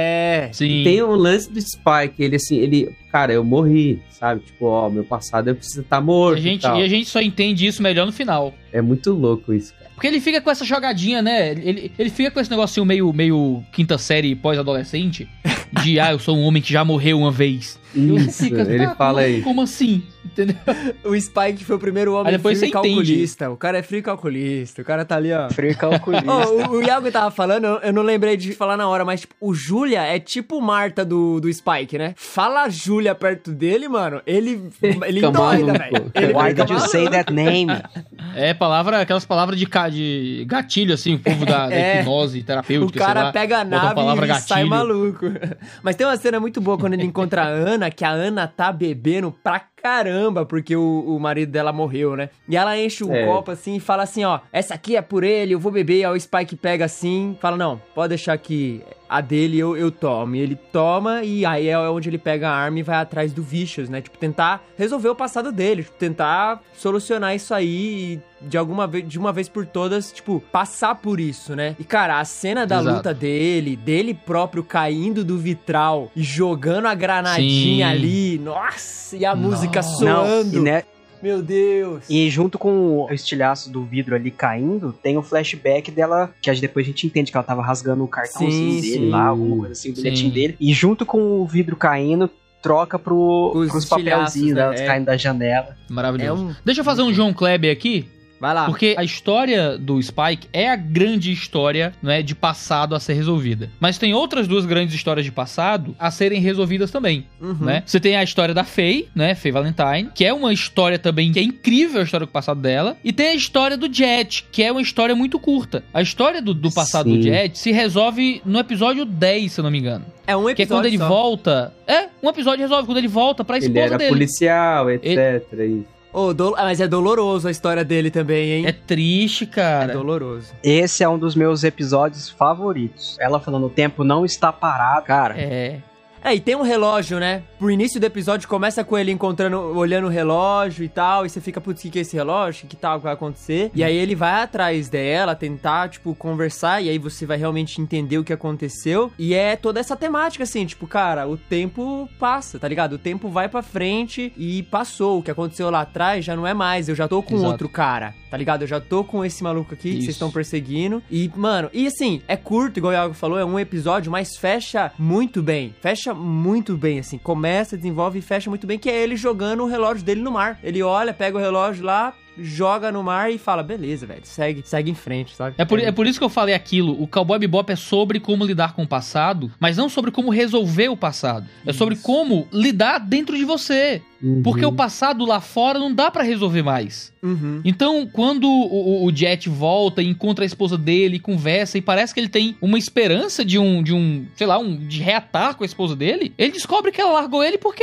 Speaker 6: Sim.
Speaker 4: Tem o lance do Spike, ele, cara, eu morri, sabe? Tipo, ó, meu passado eu preciso estar morto e tal.
Speaker 6: E a gente só entende isso melhor no final.
Speaker 4: É muito louco isso, cara.
Speaker 6: Porque ele fica com essa jogadinha, né? Ele fica com esse negocinho meio quinta série pós-adolescente. De, eu sou um homem que já morreu uma vez.
Speaker 4: Isso, ele fala aí.
Speaker 6: Como assim? Entendeu?
Speaker 3: O Spike foi o primeiro homem frio e calculista.
Speaker 6: Entende.
Speaker 3: O cara é frio e calculista. O cara tá ali, ó.
Speaker 5: Frio e calculista.
Speaker 3: O Iago tava falando, eu não lembrei de falar na hora, mas tipo, o Julia é tipo Marta do Spike, né? Fala Julia perto dele, mano. Ele endoida, velho.
Speaker 5: Why did you say that name?
Speaker 6: É aquelas palavras de gatilho, assim, o povo da hipnose terapêutica.
Speaker 3: O cara pega a nave e sai maluco. Mas tem uma cena muito boa quando ele encontra a Ana, que a Ana tá bebendo pra caramba, porque o marido dela morreu, né? E ela enche um copo assim e fala assim, ó, essa aqui é por ele, eu vou beber. Aí o Spike pega assim, fala, não, pode deixar que a dele eu tomo. E ele toma e aí é onde ele pega a arma e vai atrás do Vicious, né? Tipo, tentar resolver o passado dele, tipo, tentar solucionar isso aí e de uma vez por todas, tipo, passar por isso, né? E, cara, a cena da luta dele próprio caindo do vitral e jogando a granadinha ali, nossa, e a música soando. Meu Deus.
Speaker 5: E junto com o estilhaço do vidro ali caindo, tem o flashback dela, que depois a gente entende que ela tava rasgando o cartãozinho dele lá, alguma coisa assim, o bilhetinho dele. E junto com o vidro caindo, troca pros papelzinhos dela caindo da janela.
Speaker 6: Maravilhoso. Deixa eu fazer um João Kleber aqui.
Speaker 3: Vai lá.
Speaker 6: Porque a história do Spike é a grande história, né, de passado a ser resolvida. Mas tem outras duas grandes histórias de passado a serem resolvidas também, né? Você tem a história da Faye, né, Faye Valentine, que é uma história também que é incrível a história do passado dela. E tem a história do Jet, que é uma história muito curta. A história do passado do Jet se resolve no episódio 10, se eu não me engano.
Speaker 3: É um episódio
Speaker 6: que é quando ele volta... um episódio resolve quando ele volta pra esposa dele.
Speaker 4: Ele era policial, etc. Isso.
Speaker 3: Mas é doloroso a história dele também, hein?
Speaker 6: É triste, cara.
Speaker 3: É doloroso.
Speaker 5: Esse é um dos meus episódios favoritos. Ela falando, o tempo não está parado, cara.
Speaker 3: E tem um relógio, né? Pro início do episódio começa com ele olhando o relógio e tal, e você fica, putz, o que é esse relógio? Que tal que vai acontecer? E aí ele vai atrás dela, tentar, tipo, conversar, e aí você vai realmente entender o que aconteceu. E é toda essa temática, assim, tipo, cara, o tempo passa, tá ligado? O tempo vai pra frente e passou. O que aconteceu lá atrás já não é mais, eu já tô com outro cara, tá ligado? Eu já tô com esse maluco aqui que vocês estão perseguindo. E, mano, e assim, é curto, igual o Iago falou, é um episódio, mas fecha muito bem. Fecha muito bem, assim, começa, desenvolve e fecha muito bem, que é ele jogando o relógio dele no mar. Ele olha, pega o relógio lá, joga no mar e fala, beleza, velho, segue em frente, sabe?
Speaker 6: É por isso que eu falei aquilo, o Cowboy Bebop é sobre como lidar com o passado, mas não sobre como resolver o passado. É sobre como lidar dentro de você. Porque o passado lá fora não dá pra resolver mais. Então, quando o Jet volta e encontra a esposa dele, e conversa, e parece que ele tem uma esperança de de reatar com a esposa dele, ele descobre que ela largou ele porque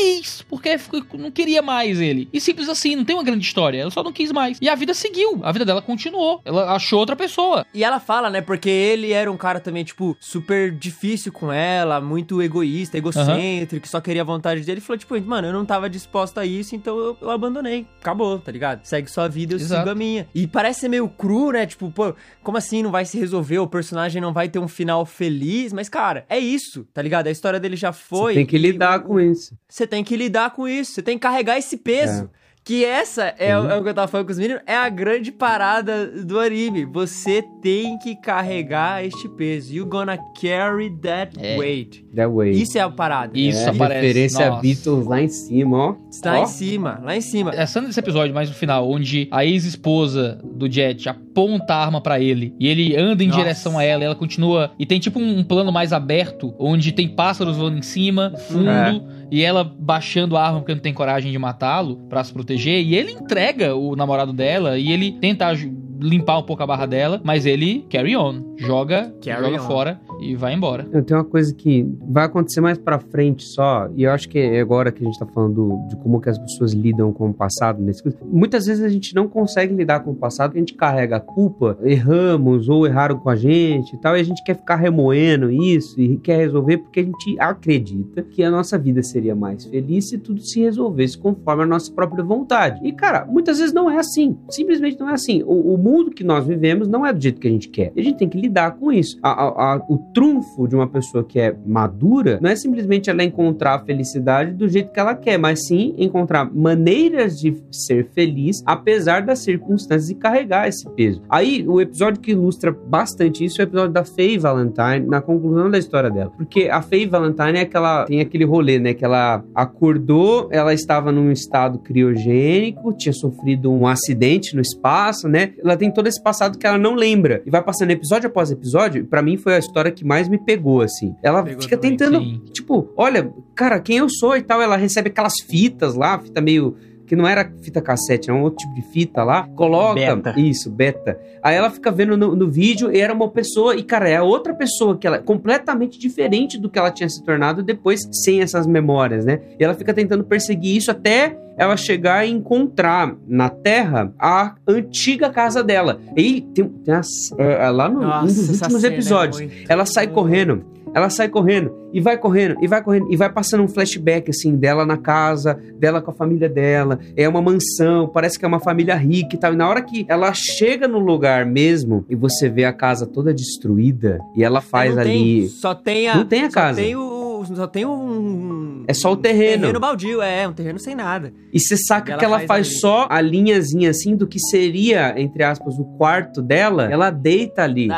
Speaker 6: não queria mais ele. E simples assim, não tem uma grande história, ela só não quis mais. E a vida seguiu, a vida dela continuou, ela achou outra pessoa.
Speaker 3: E ela fala, né, porque ele era um cara também, tipo, super difícil com ela, muito egoísta, egocêntrico, que só queria a vontade dele, e falou, tipo, mano, eu não tava disposta a isso, então eu abandonei. Acabou, tá ligado? Segue sua vida, eu sigo a minha. E parece ser meio cru, né, tipo, pô, como assim não vai se resolver, o personagem não vai ter um final feliz, mas, cara, é isso, tá ligado? A história dele já foi.
Speaker 4: Você tem que lidar com isso.
Speaker 3: Você tem que lidar com isso, você tem que carregar esse peso. Que essa é o que eu tava falando com os meninos, é a grande parada do anime. Você tem que carregar este peso. You gonna carry that weight.
Speaker 4: That weight.
Speaker 3: Isso é a parada.
Speaker 6: Isso aparece.
Speaker 4: Referência a Beatles lá em cima, ó.
Speaker 3: Está em cima, lá em cima.
Speaker 6: É a cena desse episódio, mais no final, onde a ex-esposa do Jet aponta a arma pra ele e ele anda em direção a ela e ela continua. E tem tipo um plano mais aberto, onde tem pássaros voando em cima, fundo, e ela baixando a arma porque não tem coragem de matá-lo pra se proteger. E ele entrega o namorado dela e ele tenta limpar um pouco a barra dela, mas ele carry on, joga fora e vai embora.
Speaker 4: Tem uma coisa que vai acontecer mais pra frente só, e eu acho que é agora que a gente tá falando de como que as pessoas lidam com o passado, muitas vezes a gente não consegue lidar com o passado, porque a gente carrega a culpa, erramos ou erraram com a gente e tal, e a gente quer ficar remoendo isso e quer resolver porque a gente acredita que a nossa vida seria mais feliz se tudo se resolvesse conforme a nossa própria vontade. E cara, muitas vezes não é assim, simplesmente não é assim. O mundo que nós vivemos não é do jeito que a gente quer, e a gente tem que lidar com isso. O trunfo de uma pessoa que é madura não é simplesmente ela encontrar a felicidade do jeito que ela quer, mas sim encontrar maneiras de ser feliz apesar das circunstâncias e carregar esse peso. Aí, o episódio que ilustra bastante isso é o episódio da Faye Valentine, na conclusão da história dela. Porque a Faye Valentine tem aquele rolê, né, que ela acordou, ela estava num estado criogênico, tinha sofrido um acidente no espaço, né? Ela tem todo esse passado que ela não lembra. E vai passando episódio após episódio, e pra mim foi a história que mais me pegou, assim. Ela fica tentando, tipo, olha, cara, quem eu sou e tal. Ela recebe aquelas fitas lá, fita meio... que não era fita cassete, era um outro tipo de fita lá, coloca... Beta. Isso, beta. Aí ela fica vendo no vídeo, e era uma pessoa, e cara, é outra pessoa, que ela é completamente diferente do que ela tinha se tornado depois, sem essas memórias, né? E ela fica tentando perseguir isso até ela chegar e encontrar na Terra a antiga casa dela. E tem lá num dos últimos episódios, ela sai correndo, e vai correndo, e vai passando um flashback, assim, dela na casa, dela com a família dela, é uma mansão, parece que é uma família rica e tal, e na hora que ela chega no lugar mesmo, e você vê a casa toda destruída, e ela faz
Speaker 3: não
Speaker 4: ali...
Speaker 3: Não tem a casa. Só tem um...
Speaker 4: É só o terreno.
Speaker 3: Terreno baldio, um terreno sem nada.
Speaker 4: E você saca que ela faz só a linhazinha, assim, do que seria, entre aspas, o quarto dela, ela deita ali.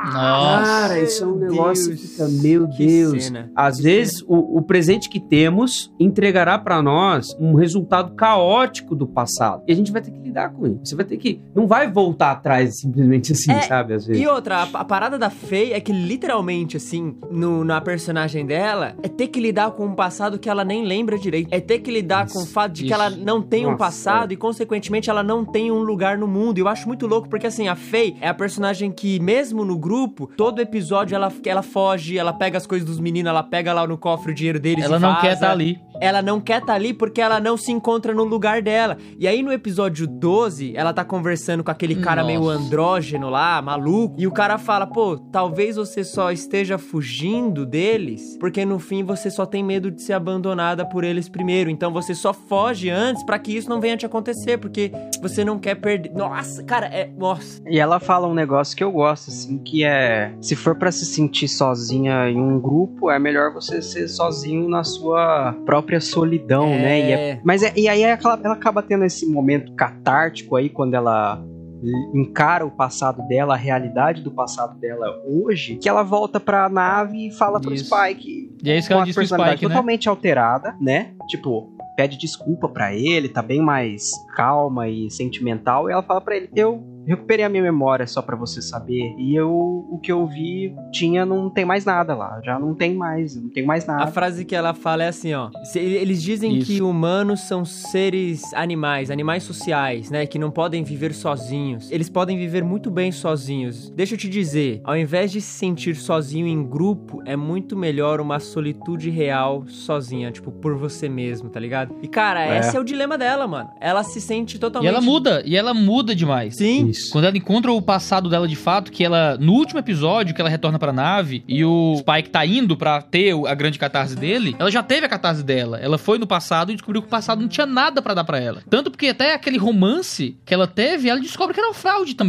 Speaker 4: Cara, isso é um negócio que fica, meu Deus. Cena. Às vezes, o presente que temos entregará pra nós um resultado caótico do passado. E a gente vai ter que lidar com isso. Você vai ter que... Não vai voltar atrás simplesmente assim, sabe? Às vezes.
Speaker 3: E outra, a parada da Faye é que literalmente, assim, na personagem dela, é ter que lidar com um passado que ela nem lembra direito. É ter que lidar com o fato de que ela não tem um passado e, consequentemente, ela não tem um lugar no mundo. E eu acho muito louco, porque, assim, a Faye é a personagem que, mesmo no grupo, todo episódio ela foge, ela pega as coisas dos meninos, ela pega lá no cofre o dinheiro deles e vaza.
Speaker 6: Ela não quer estar ali.
Speaker 3: Ela não quer estar ali porque ela não se encontra no lugar dela. E aí, no episódio 12, ela tá conversando com aquele cara meio andrógeno lá, maluco, e o cara fala, pô, talvez você só esteja fugindo deles, porque no fim você só tem medo de ser abandonada por eles primeiro. Então você só foge antes pra que isso não venha te acontecer, porque você não quer perder. Nossa, cara, nossa.
Speaker 5: E ela fala um negócio que eu gosto, assim, que é: se for pra se sentir sozinha em um grupo, é melhor você ser sozinho na sua própria solidão, né? E aí ela acaba tendo esse momento catártico aí, quando ela encara o passado dela, a realidade do passado dela hoje, que ela volta pra nave e fala pro Spike.
Speaker 6: E é isso que ela diz pro Spike,
Speaker 5: totalmente alterada, né? Tipo, pede desculpa pra ele, tá bem mais calma e sentimental, e ela fala pra ele: eu recuperei a minha memória, só pra você saber, e o que eu vi não tem mais nada lá, já não tem mais nada.
Speaker 3: A frase que ela fala é assim, ó: eles dizem que humanos são seres animais sociais, né, que não podem viver sozinhos. Eles podem viver muito bem sozinhos. Deixa eu te dizer, ao invés de se sentir sozinho em grupo, é muito melhor uma solitude real sozinha, tipo, por você mesmo, tá ligado? E cara, esse é o dilema dela, mano. Ela se sente totalmente...
Speaker 6: E ela muda demais.
Speaker 3: Sim.
Speaker 4: Isso.
Speaker 6: Quando ela encontra o passado dela de fato, que ela, no último episódio, que ela retorna pra nave e o Spike tá indo pra ter a grande catarse dele, ela já teve a catarse dela. Ela foi no passado e descobriu que o passado não tinha nada pra dar pra ela. Tanto porque até aquele romance que ela teve, ela descobre que era uma fraude também.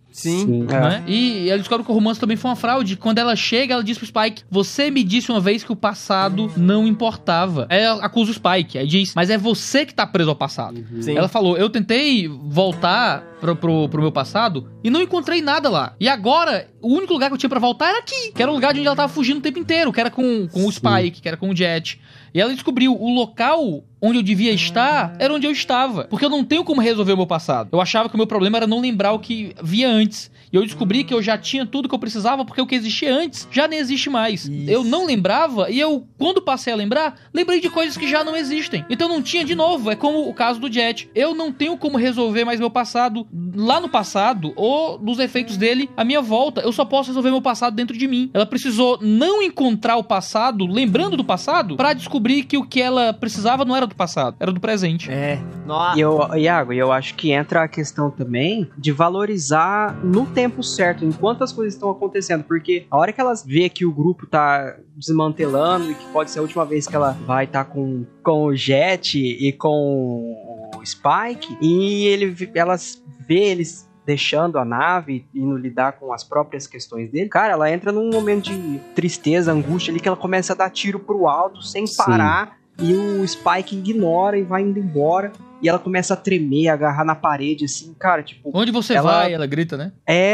Speaker 3: Sim.
Speaker 6: Né? E ela descobre que o romance também foi uma fraude. Quando ela chega, ela diz pro Spike: você me disse uma vez que o passado não importava. Aí ela acusa o Spike. Aí diz: mas é você que tá preso ao passado.
Speaker 3: Sim.
Speaker 6: Ela falou: eu tentei voltar pro meu passado e não encontrei nada lá. E agora, o único lugar que eu tinha pra voltar era aqui. Que era o lugar de onde ela tava fugindo o tempo inteiro. Que era com o Spike, que era com o Jet. E ela descobriu o local onde eu devia estar era onde eu estava. Porque eu não tenho como resolver o meu passado. Eu achava que o meu problema era não lembrar o que via antes. E eu descobri que eu já tinha tudo que eu precisava, porque o que existia antes já nem existe mais. Isso. Eu não lembrava, e eu, quando passei a lembrar, lembrei de coisas que já não existem. Então não tinha de novo. É como o caso do Jet. Eu não tenho como resolver mais meu passado lá no passado, ou nos efeitos dele à minha volta. Eu só posso resolver meu passado dentro de mim. Ela precisou não encontrar o passado, lembrando do passado, pra descobrir que o que ela precisava não era do passado, era do presente.
Speaker 5: Nossa. Iago, eu acho que entra a questão também de valorizar no tempo certo, enquanto as coisas estão acontecendo, porque a hora que elas vê que o grupo tá desmantelando e que pode ser a última vez que ela vai estar com o Jet e com o Spike, e elas vê eles deixando a nave, indo lidar com as próprias questões dele, cara, ela entra num momento de tristeza, angústia ali, que ela começa a dar tiro pro alto sem parar. E o Spike ignora e vai indo embora. E ela começa a tremer, a agarrar na parede, assim, cara, tipo...
Speaker 6: onde você vai? Ela grita, né?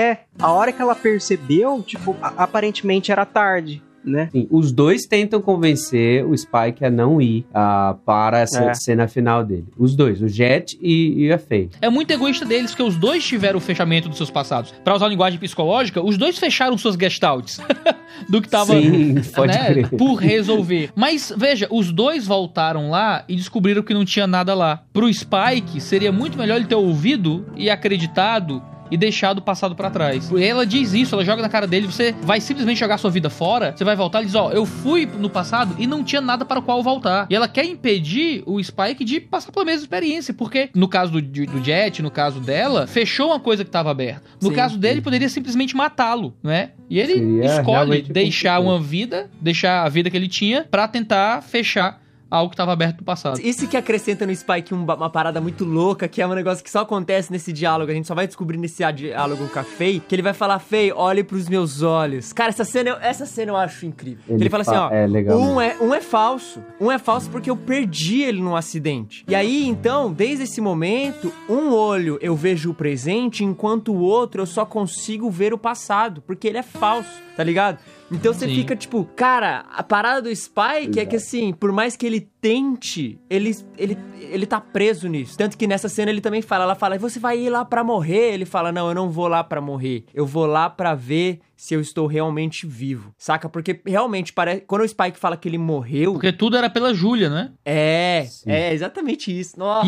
Speaker 5: A hora que ela percebeu, tipo, aparentemente era tarde, né?
Speaker 4: Sim, os dois tentam convencer o Spike a não ir para essa cena final dele. Os dois, o Jet e a Faye.
Speaker 6: É muito egoísta deles, porque os dois tiveram o fechamento dos seus passados. Pra usar a linguagem psicológica, os dois fecharam suas gestalts. Do que tava, né, por resolver. Mas, veja, os dois voltaram lá e descobriram que não tinha nada lá. Pro Spike, seria muito melhor ele ter ouvido e acreditado e deixado o passado pra trás. Ela diz isso, ela joga na cara dele: você vai simplesmente jogar sua vida fora, você vai voltar e diz: eu fui no passado e não tinha nada para o qual voltar. E ela quer impedir o Spike de passar pela mesma experiência, porque no caso do Jet, no caso dela, fechou uma coisa que estava aberta. No caso dele, poderia simplesmente matá-lo, né? E ele escolhe deixar deixar a vida que ele tinha pra tentar fechar algo que estava aberto no passado.
Speaker 3: Isso que acrescenta no Spike uma parada muito louca, que é um negócio que só acontece nesse diálogo. A gente só vai descobrir nesse diálogo com a Faye, que ele vai falar: Faye, olhe pros meus olhos. Cara, essa cena eu acho incrível. Ele fala assim,
Speaker 4: legal,
Speaker 3: um é falso. Um é falso porque eu perdi ele num acidente. E aí, então, desde esse momento, um olho eu vejo o presente, enquanto o outro eu só consigo ver o passado, porque ele é falso, tá ligado? Então você fica tipo, cara, a parada do Spike é que assim, por mais que ele tente, ele tá preso nisso. Tanto que nessa cena ele também fala, ela fala: você vai ir lá pra morrer? Ele fala: não, eu não vou lá pra morrer. Eu vou lá pra ver se eu estou realmente vivo, saca? Porque realmente parece... Quando o Spike fala que ele morreu...
Speaker 6: Porque tudo era pela Julia, né?
Speaker 3: É exatamente isso. Nossa.
Speaker 6: E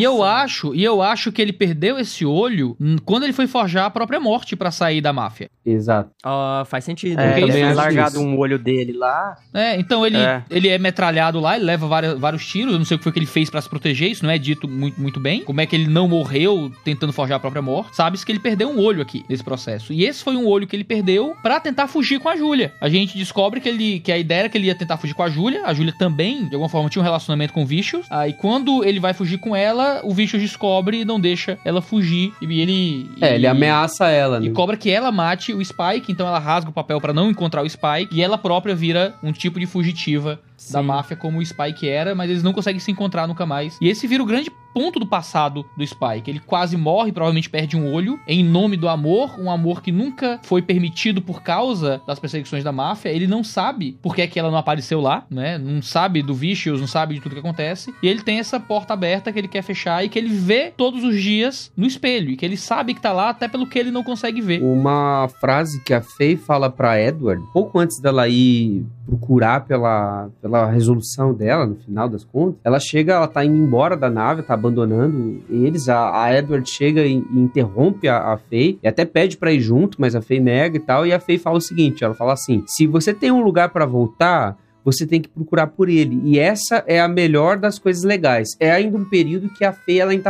Speaker 6: eu acho que ele perdeu esse olho quando ele foi forjar a própria morte pra sair da máfia.
Speaker 4: Exato.
Speaker 3: Faz sentido.
Speaker 5: Ele tem largado um olho dele lá.
Speaker 6: Então ele é metralhado lá, ele leva vários tiros, eu não sei o que foi que ele fez pra se proteger, isso não é dito muito bem. Como é que ele não morreu tentando forjar a própria morte? Sabe-se que ele perdeu um olho aqui, nesse processo. E esse foi um olho que ele perdeu pra tentar fugir com a Julia. A gente descobre que a ideia era que ele ia tentar fugir com a Julia também, de alguma forma, tinha um relacionamento com o Vicious. Aí quando ele vai fugir com ela, o Vicious descobre e não deixa ela fugir. E ele
Speaker 4: ameaça ela, né?
Speaker 6: E cobra que ela mate o Spike, então ela rasga o papel pra não encontrar o Spike, e ela própria vira um tipo de fugitiva da máfia como o Spike era, mas eles não conseguem se encontrar nunca mais. E esse vira o grande ponto do passado do Spike. Ele quase morre, provavelmente perde um olho, em nome do amor, um amor que nunca foi permitido por causa das perseguições da máfia. Ele não sabe por que é que ela não apareceu lá, né? Não sabe do Vicious, não sabe de tudo que acontece. E ele tem essa porta aberta que ele quer fechar e que ele vê todos os dias no espelho, e que ele sabe que tá lá até pelo que ele não consegue ver.
Speaker 4: Uma frase que a Faye fala pra Edward, pouco antes dela ir procurar pela resolução dela, no final das contas, ela tá indo embora da nave, tá abandonando eles, a Edward chega e interrompe a Faye, e até pede pra ir junto, mas a Faye nega e tal, e a Faye fala o seguinte, ela fala assim: se você tem um lugar pra voltar, você tem que procurar por ele. E essa é a melhor das coisas legais. É ainda um período que a Faye ela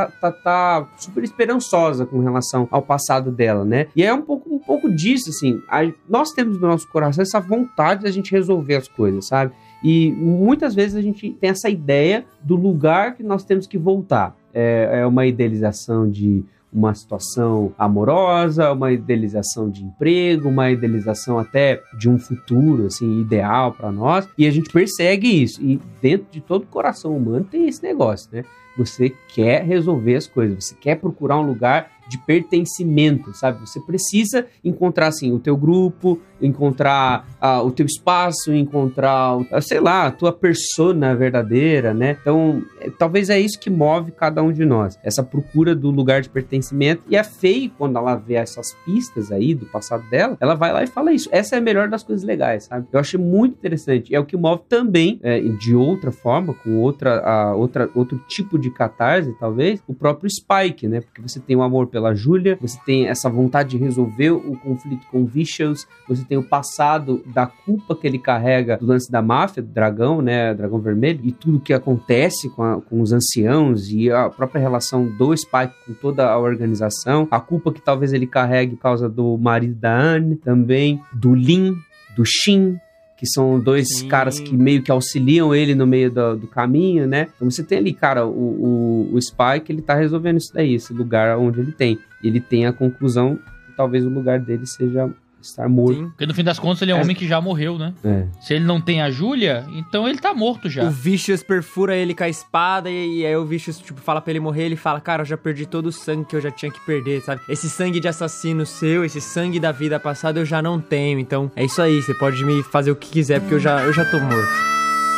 Speaker 4: tá super esperançosa com relação ao passado dela, né? E é um pouco disso, assim. Nós temos no nosso coração essa vontade da gente resolver as coisas, sabe? E muitas vezes a gente tem essa ideia do lugar que nós temos que voltar. É uma idealização de uma situação amorosa, uma idealização de emprego, uma idealização até de um futuro, assim, ideal para nós, e a gente persegue isso, e dentro de todo o coração humano tem esse negócio, né? Você quer resolver as coisas, você quer procurar um lugar de pertencimento, sabe? Você precisa encontrar, assim, o teu grupo, encontrar o teu espaço, encontrar, sei lá, a tua persona verdadeira, né? Então, talvez é isso que move cada um de nós, essa procura do lugar de pertencimento. E a Faye, quando ela vê essas pistas aí do passado dela, ela vai lá e fala isso. Essa é a melhor das coisas legais, sabe? Eu achei muito interessante. É o que move também, de outra forma, com outro tipo de catarse, talvez, o próprio Spike, né? Porque você tem o amor pela Julia, você tem essa vontade de resolver o conflito com o Vicious, você tem o passado da culpa que ele carrega do lance da máfia, do dragão, né, dragão vermelho, e tudo que acontece com os anciãos e a própria relação do Spike com toda a organização, a culpa que talvez ele carregue por causa do marido da Anne, também do Lin, do Shin, que são dois caras que meio que auxiliam ele no meio do caminho, né? Então você tem ali, cara, o Spike, ele tá resolvendo isso daí, esse lugar onde ele tem. E ele tem a conclusão que talvez o lugar dele seja estar morto.
Speaker 6: Sim. Porque no fim das contas ele é um homem que já morreu, né? Se ele não tem a Julia, então ele tá morto já.
Speaker 3: O Vicious perfura ele com a espada e aí o Vicious, tipo, fala pra ele morrer, ele fala, cara, eu já perdi todo o sangue que eu já tinha que perder, sabe? Esse sangue de assassino seu, esse sangue da vida passada eu já não tenho, então é isso aí, você pode me fazer o que quiser porque eu já tô morto.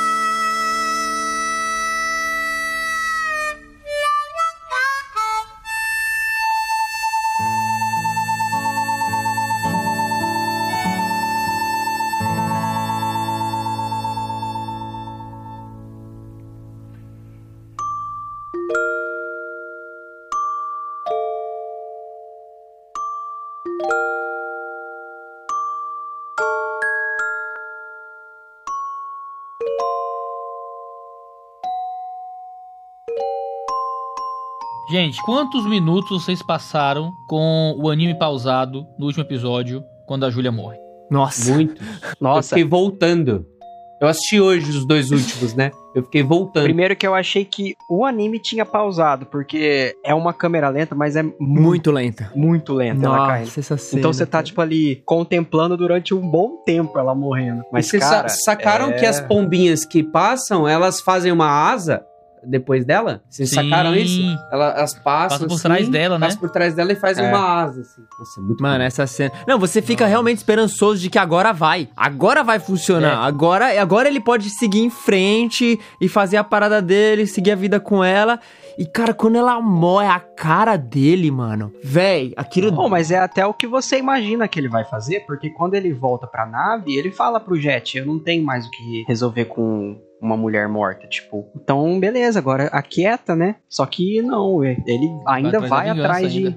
Speaker 6: Gente, quantos minutos vocês passaram com o anime pausado no último episódio, quando a Julia morre?
Speaker 3: Nossa.
Speaker 4: Muito.
Speaker 5: Nossa.
Speaker 4: Eu fiquei voltando. Eu assisti hoje os 2 últimos, né? Eu fiquei voltando.
Speaker 5: Primeiro que eu achei que o anime tinha pausado, porque é uma câmera lenta, mas é
Speaker 3: muito lenta.
Speaker 5: Muito lenta ela caindo.
Speaker 3: Essa cena,
Speaker 5: então você tá, tipo, ali, contemplando durante um bom tempo ela morrendo. Mas,
Speaker 4: vocês
Speaker 5: cara,
Speaker 4: sacaram que as pombinhas que passam, elas fazem uma asa depois dela? Vocês sacaram isso? Elas passam
Speaker 6: por
Speaker 4: assim,
Speaker 6: trás dela, né?
Speaker 4: Passam por trás dela e fazem uma asa, assim. Nossa, é muito
Speaker 3: Mano,
Speaker 4: bom.
Speaker 3: essa cena... Não, você fica realmente esperançoso de que agora vai funcionar. Agora ele pode seguir em frente e fazer a parada dele, seguir a vida com ela. E, cara, quando ela morre, a cara dele, mano, véi, aquilo...
Speaker 5: Bom, mas é até o que você imagina que ele vai fazer, porque quando ele volta pra nave, ele fala pro Jet, eu não tenho mais o que resolver com uma mulher morta, tipo, então beleza, agora aquieta, né? Só que não, ele ainda vai atrás de...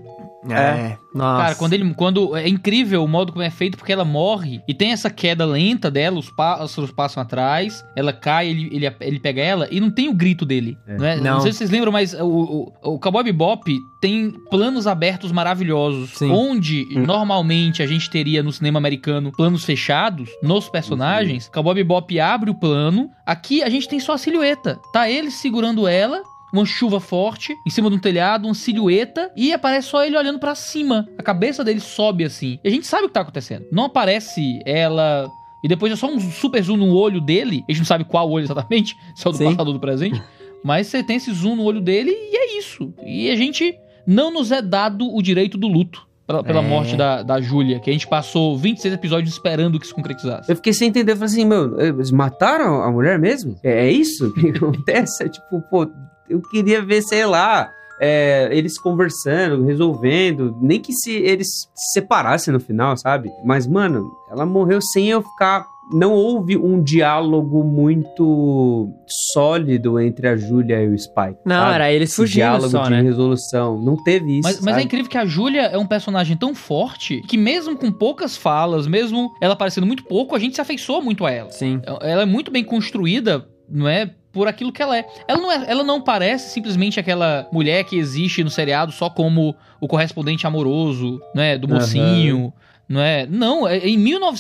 Speaker 6: Cara, quando é incrível o modo como é feito, porque ela morre e tem essa queda lenta dela, os pássaros passam atrás, ela cai, ele pega ela e não tem o grito dele, não sei se vocês lembram, mas o Cowboy Bebop tem planos abertos maravilhosos, onde normalmente a gente teria no cinema americano planos fechados nos personagens. Cowboy Bebop abre o plano, aqui a gente tem só a silhueta, tá ele segurando ela, uma chuva forte, em cima de um telhado, uma silhueta, e aparece só ele olhando pra cima. A cabeça dele sobe assim. E a gente sabe o que tá acontecendo. Não aparece ela... E depois é só um super zoom no olho dele. A gente não sabe qual olho exatamente, se é o do passado ou do presente. Mas você tem esse zoom no olho dele e é isso. E a gente não nos é dado o direito do luto pela morte da Julia, que a gente passou 26 episódios esperando que se concretizasse.
Speaker 4: Eu fiquei sem entender, eu falei assim, eles mataram a mulher mesmo? É isso que acontece? Tipo, pô, eu queria ver, sei lá, eles conversando, resolvendo, nem que eles se separassem no final, sabe? Mas, mano, ela morreu sem eu ficar... Não houve um diálogo muito sólido entre a Julia e o Spike.
Speaker 3: Não,
Speaker 4: sabe?
Speaker 3: era eles fugindo
Speaker 4: diálogo
Speaker 3: só,
Speaker 4: de
Speaker 3: né?
Speaker 4: resolução. Não teve isso,
Speaker 6: Mas é incrível que a Julia é um personagem tão forte que mesmo com poucas falas, mesmo ela aparecendo muito pouco, a gente se afeiçoa muito a ela.
Speaker 3: Sim.
Speaker 6: Ela é muito bem construída, não é? Por aquilo que ela é. Ela não parece simplesmente aquela mulher que existe no seriado só como o correspondente amoroso, né? Do mocinho. não é? Não, em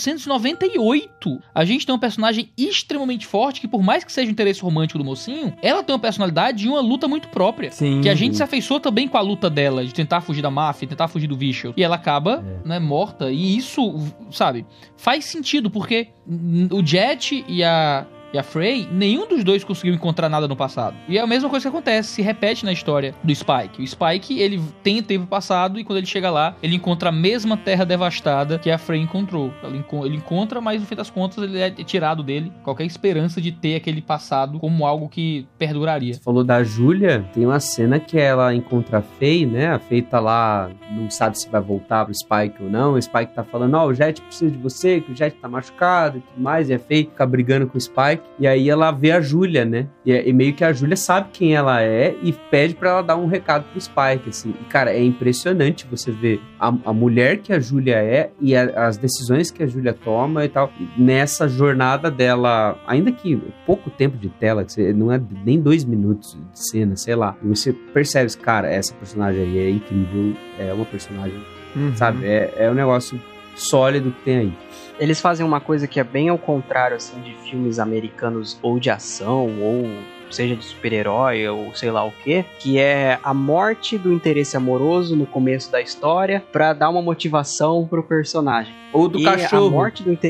Speaker 6: 1998, a gente tem um personagem extremamente forte que, por mais que seja o interesse romântico do mocinho, ela tem uma personalidade e uma luta muito própria.
Speaker 3: Sim.
Speaker 6: Que a gente se afeiçou também com a luta dela, de tentar fugir da máfia, tentar fugir do Vicious. E ela acaba, né, morta. E isso, sabe, faz sentido, porque o Jet e a Frey, nenhum dos dois conseguiu encontrar nada no passado. E é a mesma coisa que acontece, se repete na história do Spike. O Spike, ele tem tempo passado e quando ele chega lá, ele encontra a mesma terra devastada que a Frey encontrou. Ele encontra, mas no fim das contas ele é tirado dele qualquer esperança de ter aquele passado como algo que perduraria.
Speaker 4: Você falou da Julia, tem uma cena que ela encontra a Faye, né? A Faye tá lá, não sabe se vai voltar pro Spike ou não. O Spike tá falando, o Jet precisa de você, que o Jet tá machucado e tudo mais. E a Faye fica brigando com o Spike. E aí ela vê a Julia, né? E meio que a Julia sabe quem ela é e pede pra ela dar um recado pro Spike, assim. E, cara, é impressionante você ver a mulher que a Julia é e as decisões que a Julia toma e tal. E nessa jornada dela, ainda que pouco tempo de tela, que não é nem 2 minutos de cena, sei lá. E você percebe, cara, essa personagem aí é incrível. É uma personagem, sabe? É um negócio sólido que tem aí.
Speaker 5: Eles fazem uma coisa que é bem ao contrário, assim, de filmes americanos ou de ação, ou seja de super-herói, ou sei lá o que é a morte do interesse amoroso no começo da história pra dar uma motivação pro personagem.
Speaker 4: Ou do cachorro.
Speaker 5: A morte do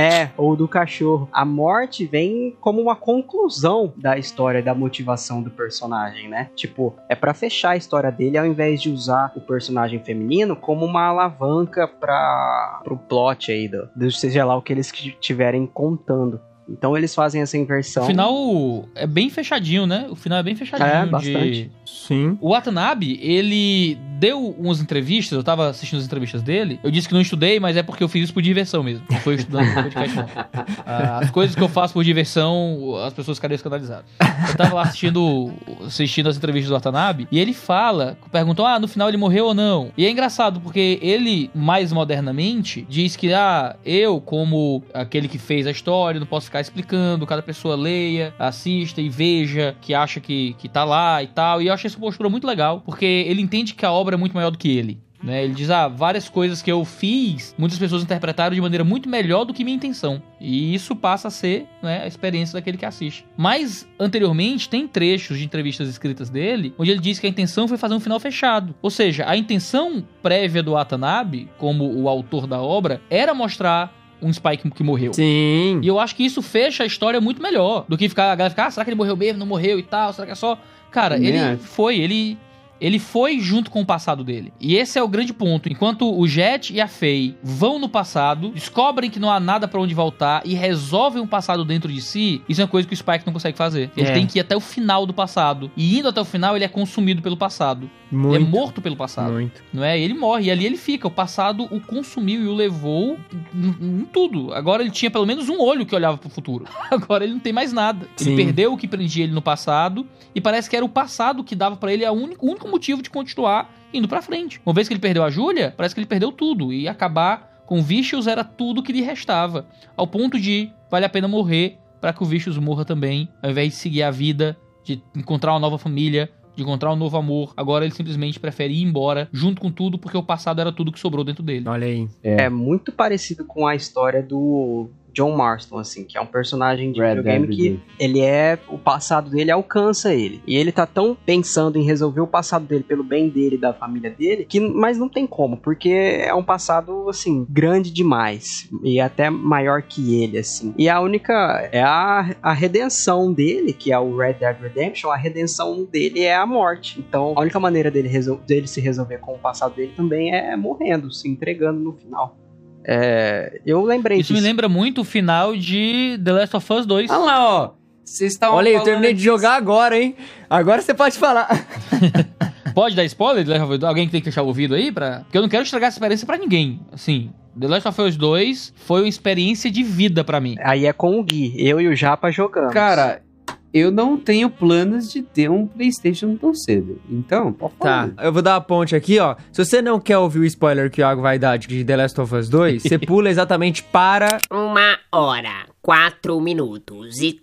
Speaker 5: ou do cachorro. A morte vem como uma conclusão da história, da motivação do personagem, né? Tipo, é pra fechar a história dele, ao invés de usar o personagem feminino como uma alavanca pro plot aí, seja lá o que eles estiverem contando. Então eles fazem essa inversão.
Speaker 6: O final é bem fechadinho, né? O final é bem fechadinho.
Speaker 5: É, bastante.
Speaker 3: Sim.
Speaker 6: O Watanabe, ele deu umas entrevistas, eu tava assistindo as entrevistas dele, eu disse que não estudei, mas é porque eu fiz isso por diversão mesmo. Não foi estudando no podcast, não. As coisas que eu faço por diversão, as pessoas ficaram escandalizadas. Eu tava lá assistindo as entrevistas do Watanabe, e ele perguntou, no final ele morreu ou não? E é engraçado, porque ele, mais modernamente, diz que, eu, como aquele que fez a história, não posso ficar explicando, cada pessoa leia, assista e veja, que acha que tá lá e tal, e eu achei essa postura muito legal, porque ele entende que a obra é muito maior do que ele, né? Ele diz, várias coisas que eu fiz, muitas pessoas interpretaram de maneira muito melhor do que minha intenção, e isso passa a ser, né, a experiência daquele que assiste. Mas, anteriormente, tem trechos de entrevistas escritas dele, onde ele diz que a intenção foi fazer um final fechado, ou seja, a intenção prévia do Watanabe, como o autor da obra, era mostrar um Spike que morreu.
Speaker 3: Sim.
Speaker 6: E eu acho que isso fecha a história muito melhor do que a galera ficar, será que ele morreu mesmo, não morreu e tal, será que é só... Cara, ele foi junto com o passado dele. E esse é o grande ponto. Enquanto o Jet e a Faye vão no passado, descobrem que não há nada pra onde voltar e resolvem um passado dentro de si, isso é uma coisa que o Spike não consegue fazer. Ele tem que ir até o final do passado. E indo até o final, ele é consumido pelo passado.
Speaker 3: Muito.
Speaker 6: Ele é morto pelo passado.
Speaker 3: Muito.
Speaker 6: Não é? Ele morre. E ali ele fica. O passado o consumiu e o levou em tudo. Agora ele tinha pelo menos um olho que olhava pro futuro. Agora ele não tem mais nada.
Speaker 3: Sim.
Speaker 6: Ele perdeu o que prendia ele no passado e parece que era o passado que dava pra ele o único motivo de continuar indo pra frente. Uma vez que ele perdeu a Julia, parece que ele perdeu tudo. E acabar com o Vicious era tudo que lhe restava. Ao ponto de vale a pena morrer pra que o Vicious morra também, ao invés de seguir a vida, de encontrar uma nova família, de encontrar um novo amor. Agora ele simplesmente prefere ir embora junto com tudo, porque o passado era tudo que sobrou dentro dele.
Speaker 3: Olha aí.
Speaker 5: É muito parecido com a história do John Marston, assim, que é um personagem de videogame que ele o passado dele alcança ele. E ele tá tão pensando em resolver o passado dele pelo bem dele e da família dele, mas não tem como, porque é um passado, assim, grande demais. E até maior que ele, assim. E a única, a redenção dele, que é o Red Dead Redemption, a redenção dele é a morte. Então, a única maneira dele se resolver com o passado dele também é morrendo, se entregando no final. Eu lembrei
Speaker 6: disso. Isso me lembra muito o final de The Last of Us 2.
Speaker 3: Olha lá, ó. Olha aí, eu terminei de jogar agora, hein? Agora você pode falar.
Speaker 6: Pode dar spoiler? Alguém que tem que fechar o ouvido aí? Porque eu não quero estragar essa experiência pra ninguém. Assim, The Last of Us 2 foi uma experiência de vida pra mim.
Speaker 5: Aí é com o Gui. Eu e o Japa jogamos.
Speaker 4: Cara, eu não tenho planos de ter um PlayStation tão cedo. Então, pode falar.
Speaker 3: Tá, eu vou dar a ponte aqui, ó. Se você não quer ouvir o spoiler que o Iago vai dar de The Last of Us 2, você pula exatamente para
Speaker 8: 1 hora. 4 minutos e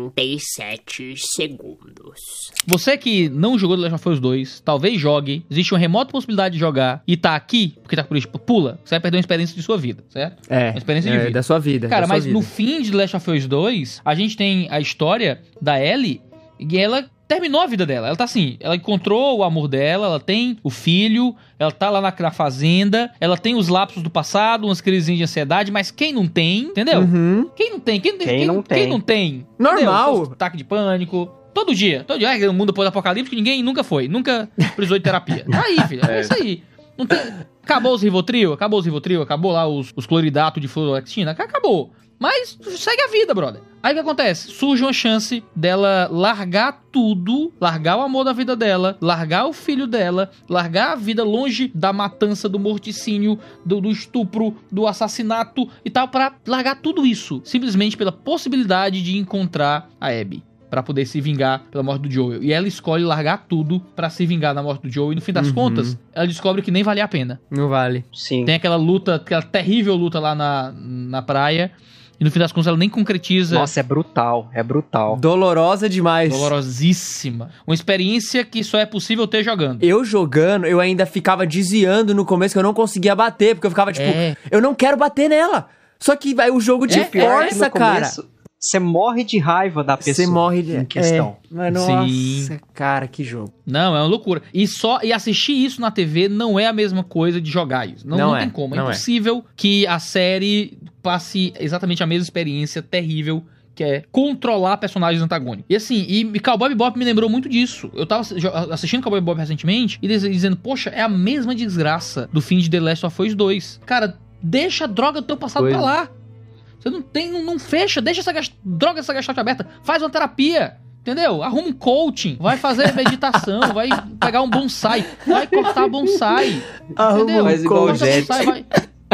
Speaker 8: 37 segundos.
Speaker 6: Você que não jogou The Last of Us 2, talvez jogue. Existe uma remota possibilidade de jogar e tá aqui, porque tá por isso, pula. Você vai perder uma experiência de sua vida, certo? Uma experiência de vida.
Speaker 3: Da sua vida.
Speaker 6: Cara, mas
Speaker 3: vida.
Speaker 6: no fim de The Last of Us 2, a gente tem a história da Ellie e ela terminou a vida dela. Ela tá assim, ela encontrou o amor dela, ela tem o filho, ela tá lá na fazenda, ela tem os lapsos do passado, umas crises de ansiedade, mas quem não tem, entendeu?
Speaker 3: Uhum.
Speaker 6: Quem não tem?
Speaker 5: Quem não tem?
Speaker 3: Normal.
Speaker 6: Ataque de pânico. Todo dia. É um mundo pós-apocalíptico que ninguém nunca foi. Nunca precisou de terapia. Tá aí, filho. É isso aí. Não tem... Acabou os Rivotril, acabou lá os cloridato de fluoxetina, acabou. Mas segue a vida, brother. Aí o que acontece? Surge uma chance dela largar tudo, largar o amor da vida dela, largar o filho dela, largar a vida longe da matança, do morticínio, do estupro, do assassinato e tal, pra largar tudo isso, simplesmente pela possibilidade de encontrar a Abby, pra poder se vingar pela morte do Joel. E ela escolhe largar tudo pra se vingar da morte do Joel. E no fim das contas, ela descobre que nem valia a pena.
Speaker 3: Não vale.
Speaker 5: Sim.
Speaker 6: Tem aquela luta, aquela terrível luta lá na praia. E no fim das contas ela nem concretiza.
Speaker 5: Nossa, é brutal.
Speaker 3: Dolorosa demais.
Speaker 6: Dolorosíssima. Uma experiência que só é possível ter jogando.
Speaker 3: Eu jogando, eu ainda ficava desviando no começo, que eu não conseguia bater, porque eu ficava tipo, eu não quero bater nela. Só que vai o jogo te força, cara.
Speaker 5: Você morre de raiva da pessoa.
Speaker 3: Você morre de
Speaker 5: em questão.
Speaker 3: Mas nossa, cara, que jogo.
Speaker 6: Não, é uma loucura. E assistir isso na TV não é a mesma coisa de jogar isso. Não tem como. É impossível que a série passe exatamente a mesma experiência terrível que é controlar personagens antagônicos. E assim, e Cowboy Bebop me lembrou muito disso. Eu tava assistindo Cowboy Bebop recentemente e dizendo, poxa, é a mesma desgraça do fim de The Last of Us 2. Cara, deixa a droga do teu passado pra lá. Você não fecha, deixa essa droga, essa gestalt aberta. Faz uma terapia, entendeu? Arruma um coaching, vai fazer meditação, vai pegar um bonsai, vai cortar bonsai, entendeu?
Speaker 4: Faz igual o Jet.
Speaker 6: Vai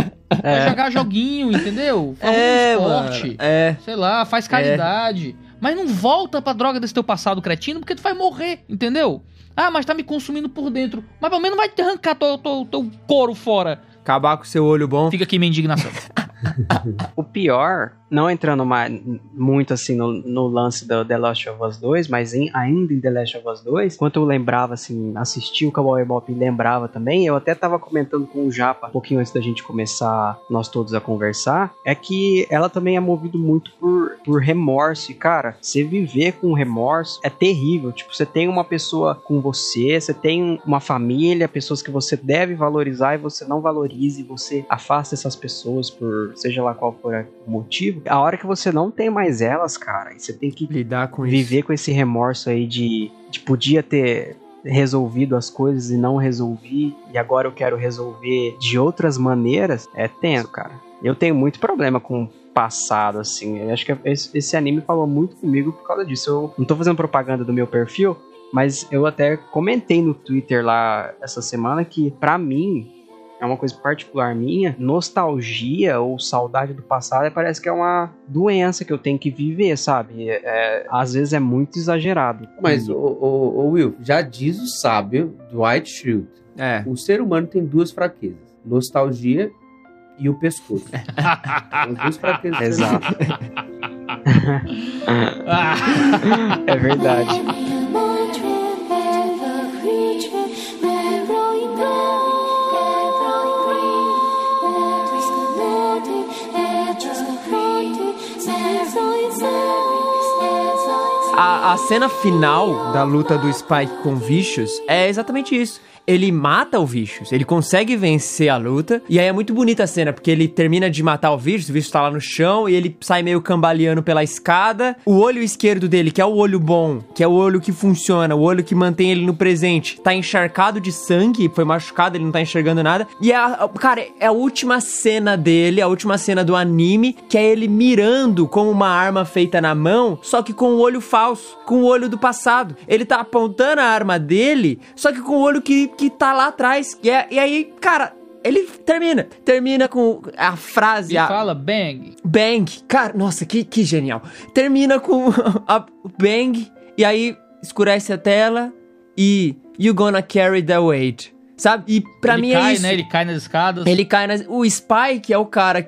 Speaker 6: jogar joguinho, entendeu? Faz um esporte, sei lá, faz caridade. Mas não volta pra droga desse teu passado cretino, porque tu vai morrer, entendeu? Ah, mas tá me consumindo por dentro. Mas pelo menos vai te arrancar teu couro fora.
Speaker 3: Acabar com o seu olho bom.
Speaker 6: Fica aqui minha indignação.
Speaker 5: O pior, não entrando muito assim no lance do The Last of Us 2, mas ainda em The Last of Us 2, enquanto eu lembrava, assim, assisti o Cowboy Bebop e lembrava também, eu até tava comentando com o Japa, um pouquinho antes da gente começar, nós todos a conversar, é que ela também é movido muito por remorso, e cara, você viver com remorso é terrível, tipo, você tem uma pessoa com você tem uma família, pessoas que você deve valorizar e você não valoriza, e você afasta essas pessoas por seja lá qual for o motivo, a hora que você não tem mais elas, cara, e você tem que
Speaker 3: lidar com
Speaker 5: viver
Speaker 3: isso.
Speaker 5: Com esse remorso aí de podia ter resolvido as coisas e não resolvi, e agora eu quero resolver de outras maneiras, é tenso, cara. Eu tenho muito problema com o passado, assim, eu acho que esse anime falou muito comigo por causa disso. Eu não tô fazendo propaganda do meu perfil, mas eu até comentei no Twitter lá essa semana que, pra mim, é uma coisa particular minha, nostalgia ou saudade do passado parece que é uma doença que eu tenho que viver, sabe? Às vezes é muito exagerado.
Speaker 4: Mas, Will, já diz o sábio Dwight Schrute. O ser humano tem duas fraquezas. Nostalgia e o pescoço. As duas fraquezas.
Speaker 5: Exato. É verdade.
Speaker 3: A cena final da luta do Spike com o Vicious é exatamente isso. Ele mata o Vicious, ele consegue vencer a luta, e aí é muito bonita a cena, porque ele termina de matar o Vicious tá lá no chão, e ele sai meio cambaleando pela escada, o olho esquerdo dele, que é o olho bom, que é o olho que funciona, o olho que mantém ele no presente, tá encharcado de sangue, foi machucado, ele não tá enxergando nada, e cara, é a última cena dele, a última cena do anime, que é ele mirando com uma arma feita na mão, só que com o olho falso, com o olho do passado. Ele tá apontando a arma dele, só que com o olho que tá lá atrás. E aí, cara, ele termina com a frase...
Speaker 6: Ele fala bang.
Speaker 3: Bang. Cara, nossa, que genial. Termina com a bang, e aí escurece a tela e you gonna carry the weight. Sabe? E pra mim é isso.
Speaker 6: Ele cai nas escadas.
Speaker 3: O Spike é o cara que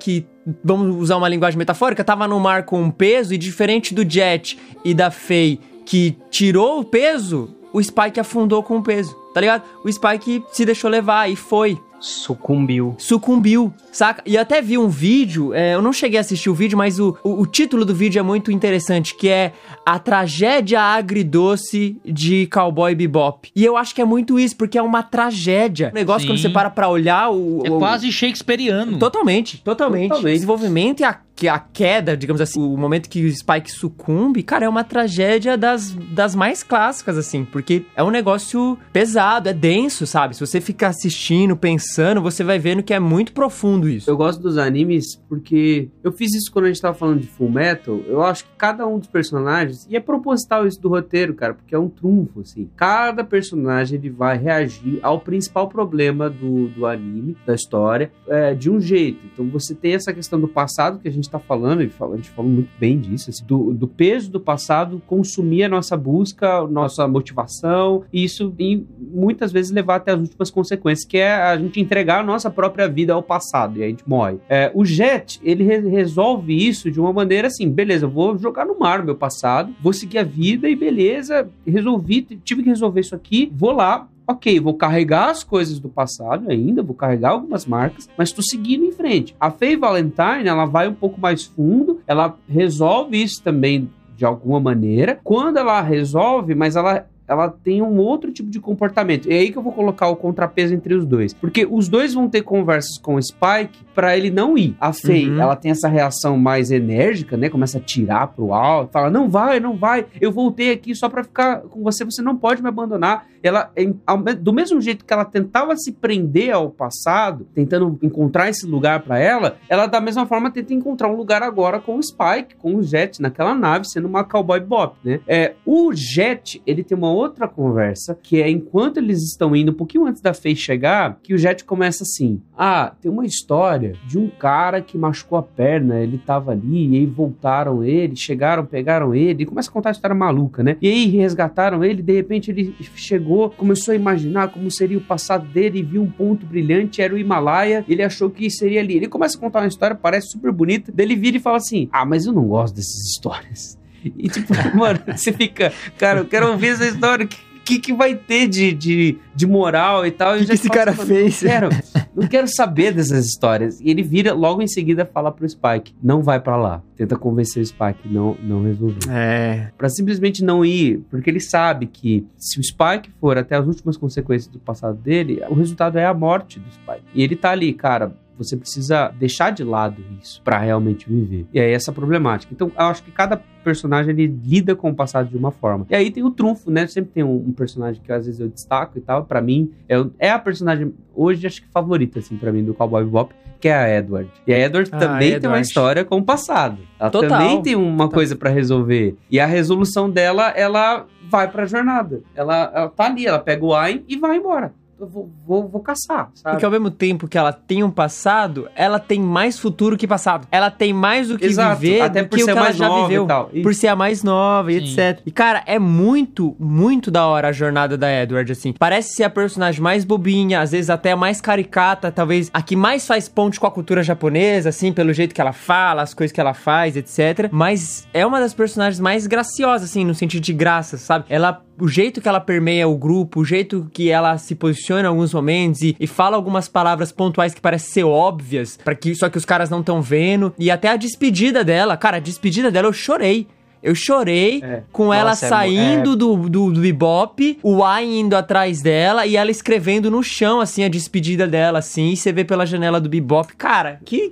Speaker 3: vamos usar uma linguagem metafórica, tava no mar com um peso, e diferente do Jet e da Faye, que tirou o peso, o Spike afundou com o peso, tá ligado? O Spike se deixou levar e foi.
Speaker 5: Sucumbiu,
Speaker 3: saca? E até vi um vídeo, eu não cheguei a assistir o vídeo, mas o título do vídeo é muito interessante, que é A Tragédia Agridoce de Cowboy Bebop. E eu acho que é muito isso, porque é uma tragédia. O negócio, quando você para pra olhar...
Speaker 6: quase shakespeariano.
Speaker 3: Totalmente. O desenvolvimento e a queda, digamos assim, o momento que o Spike sucumbe, cara, é uma tragédia das mais clássicas, assim, porque é um negócio pesado, é denso, sabe? Se você ficar assistindo, pensando, você vai vendo que é muito profundo isso.
Speaker 4: Eu gosto dos animes porque eu fiz isso quando a gente tava falando de Full Metal. Eu acho que cada um dos personagens, e é proposital isso do roteiro, cara, porque é um trunfo, assim. Cada personagem, ele vai reagir ao principal problema do anime, da história, de um jeito. Então você tem essa questão do passado que a gente tá falando, a gente falou muito bem disso, assim, do peso do passado consumir a nossa busca, nossa motivação, e isso muitas vezes levar até as últimas consequências, que é a gente entregar a nossa própria vida ao passado, e a gente morre. O Jet, ele resolve isso de uma maneira assim, beleza, eu vou jogar no mar o meu passado, vou seguir a vida e beleza, tive que resolver isso aqui, vou lá, ok, vou carregar as coisas do passado ainda, vou carregar algumas marcas, mas tô seguindo em frente. A Faye Valentine, ela vai um pouco mais fundo, ela resolve isso também de alguma maneira. Quando ela resolve, mas ela tem um outro tipo de comportamento. E é aí que eu vou colocar o contrapeso entre os dois. Porque os dois vão ter conversas com o Spike pra ele não ir. A Faye, ela tem essa reação mais enérgica, né? Começa a tirar pro alto, fala, não vai, eu voltei aqui só pra ficar com você não pode me abandonar. Ela, do mesmo jeito que ela tentava se prender ao passado, tentando encontrar esse lugar pra ela da mesma forma tenta encontrar um lugar agora com o Spike, com o Jet, naquela nave, sendo uma Cowboy Bebop, né? O Jet, ele tem uma outra conversa, que é enquanto eles estão indo, um pouquinho antes da Faye chegar, que o Jet começa assim, tem uma história de um cara que machucou a perna, ele tava ali, e aí voltaram ele, chegaram, pegaram ele, e começa a contar a história maluca, né? E aí resgataram ele, de repente ele chegou, começou a imaginar como seria o passado dele, e viu um ponto brilhante, era o Himalaia, ele achou que seria ali. Ele começa a contar uma história, parece super bonita, daí ele vira e fala assim, mas eu não gosto dessas histórias. E tipo, mano, você fica, cara, eu quero ouvir essa história, que vai ter de moral e tal.
Speaker 3: O que esse cara fez?
Speaker 4: Não quero saber dessas histórias. E ele vira, logo em seguida, fala pro Spike, não vai pra lá. Tenta convencer o Spike, não resolveu. Pra simplesmente não ir, porque ele sabe que se o Spike for até as últimas consequências do passado dele, o resultado é a morte do Spike. E ele tá ali, cara, você precisa deixar de lado isso pra realmente viver. E aí essa problemática. Então, eu acho que cada personagem, ele lida com o passado de uma forma. E aí tem o trunfo, né? Sempre tem um personagem que às vezes eu destaco e tal. Pra mim, é a personagem, hoje, acho que favorita, assim, pra mim, do Cowboy Bebop, que é a Edward. E a Edward também tem uma história com o passado. Ela também tem uma coisa pra resolver. E a resolução dela, ela vai pra jornada. Ela tá ali, ela pega o Ayn e vai embora. Eu vou caçar, sabe?
Speaker 3: Porque ao mesmo tempo que ela tem um passado, ela tem mais futuro que passado. Ela tem mais o que viver
Speaker 4: até
Speaker 3: do
Speaker 4: por
Speaker 3: que
Speaker 4: ser
Speaker 3: o que ela
Speaker 4: mais
Speaker 3: já
Speaker 4: nova
Speaker 3: viveu.
Speaker 4: E tal.
Speaker 3: Por ser a mais nova e etc. E, cara, é muito, muito da hora a jornada da Edward, assim. Parece ser a personagem mais bobinha, às vezes até a mais caricata, talvez a que mais faz ponte com a cultura japonesa, assim, pelo jeito que ela fala, as coisas que ela faz, etc. Mas é uma das personagens mais graciosas, assim, no sentido de graça, sabe? O jeito que ela permeia o grupo, o jeito que ela se posiciona em alguns momentos e fala algumas palavras pontuais que parecem ser óbvias, só que os caras não estão vendo. E até a despedida dela, cara, a despedida dela eu chorei. Eu chorei com ela saindo do Bebop, o Ayn indo atrás dela e ela escrevendo no chão, assim, a despedida dela, assim, e você vê pela janela do Bebop. Cara, que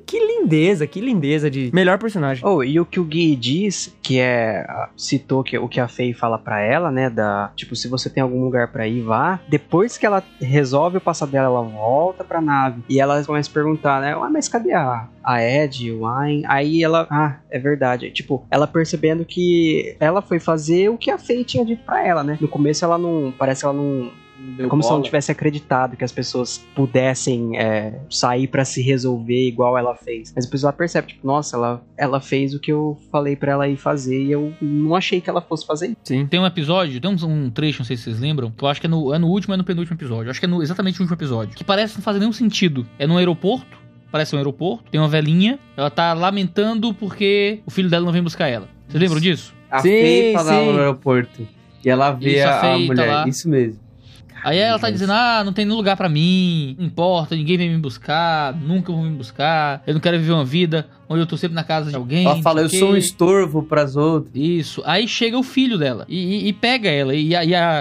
Speaker 3: lindeza de melhor personagem.
Speaker 5: E o que o Gui diz, que citou o que a Faye fala pra ela, né, tipo, se você tem algum lugar pra ir, vá. Depois que ela resolve o passado dela, ela volta pra nave e ela começa a perguntar, né, mas cadê a Ed, o Ayn? Aí ela, é verdade. Tipo, ela percebendo que ela foi fazer o que a Faye tinha dito pra ela, né? No começo parece que ela não como se ela não tivesse acreditado que as pessoas pudessem sair pra se resolver igual ela fez. Mas depois ela percebe, tipo, nossa, ela fez o que eu falei pra ela ir fazer e eu não achei que ela fosse fazer.
Speaker 6: Sim. Tem um episódio, tem um trecho, não sei se vocês lembram, que eu acho que é no último ou no penúltimo episódio. Eu acho que é exatamente no último episódio. Que parece não fazer nenhum sentido. É num aeroporto, parece um aeroporto, tem uma velhinha, ela tá lamentando porque o filho dela não vem buscar ela. Vocês lembram disso?
Speaker 4: A Faye tá lá no aeroporto. E ela vê a mulher. Tá, isso mesmo.
Speaker 6: Aí ela tá dizendo, não tem nenhum lugar pra mim, não importa, ninguém vem me buscar, nunca vão me buscar, eu não quero viver uma vida onde eu tô sempre na casa de alguém.
Speaker 4: Ela fala, eu sou um estorvo pras outras.
Speaker 6: Isso. Aí chega o filho dela e pega ela e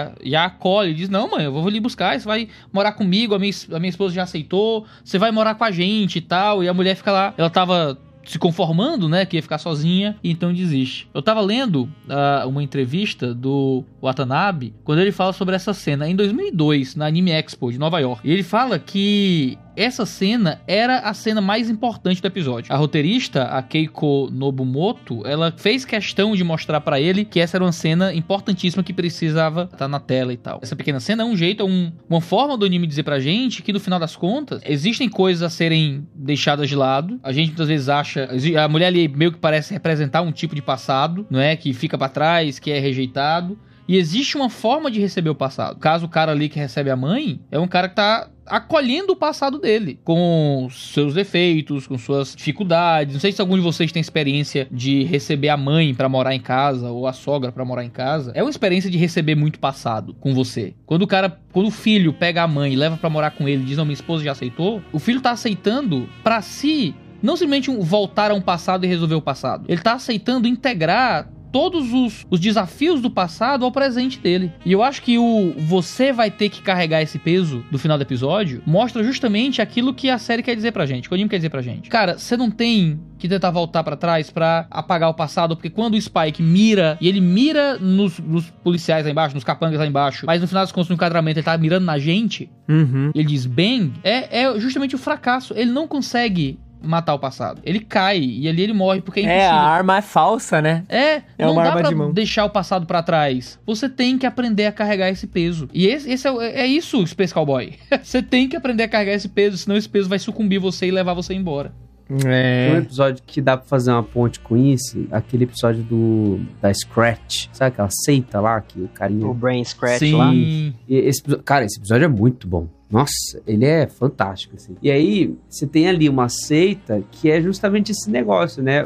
Speaker 6: a acolhe e diz, não, mãe, eu vou lhe buscar, você vai morar comigo, a minha esposa já aceitou, você vai morar com a gente e tal. E a mulher fica lá, ela tava se conformando, né, que ia ficar sozinha, e então desiste. Eu tava lendo uma entrevista do Watanabe, quando ele fala sobre essa cena, em 2002, na Anime Expo de Nova York. E ele fala que essa cena era a cena mais importante do episódio. A roteirista, a Keiko Nobumoto, ela fez questão de mostrar pra ele que essa era uma cena importantíssima que precisava estar na tela e tal. Essa pequena cena é um jeito, uma forma do anime dizer pra gente que no final das contas, existem coisas a serem deixadas de lado. A gente muitas vezes acha, a mulher ali meio que parece representar um tipo de passado, não é? Que fica pra trás, que é rejeitado. E existe uma forma de receber o passado. Caso o cara ali que recebe a mãe é um cara que tá acolhendo o passado dele, com seus defeitos, com suas dificuldades. Não sei se algum de vocês tem experiência de receber a mãe pra morar em casa, ou a sogra pra morar em casa. É uma experiência de receber muito passado com você. Quando o filho pega a mãe e leva pra morar com ele e diz, não, minha esposa já aceitou, o filho tá aceitando pra si, não simplesmente voltar a um passado e resolver o passado. Ele tá aceitando integrar todos os desafios do passado ao presente dele. E eu acho que você vai ter que carregar esse peso do final do episódio mostra justamente aquilo que a série quer dizer pra gente, que o anime quer dizer pra gente. Cara, você não tem que tentar voltar pra trás pra apagar o passado, porque quando o Spike mira, e ele mira nos policiais lá embaixo, nos capangas lá embaixo, mas no final das contas, no enquadramento, ele tá mirando na gente, ele diz bang, é justamente o fracasso. Ele não consegue matar o passado. Ele cai e ali ele morre porque é impossível.
Speaker 3: A arma é falsa, né?
Speaker 6: Não dá pra deixar o passado pra trás. Você tem que aprender a carregar esse peso. E esse é isso, Space Cowboy. Você tem que aprender a carregar esse peso, senão esse peso vai sucumbir você e levar você embora.
Speaker 4: Tem um episódio que dá pra fazer uma ponte com isso, aquele episódio da Scratch, sabe aquela seita lá, que o carinha...
Speaker 5: O Brain Scratch.
Speaker 6: Sim.
Speaker 5: Lá.
Speaker 4: Esse episódio é muito bom. Nossa, ele é fantástico, assim. E aí, você tem ali uma seita que é justamente esse negócio, né?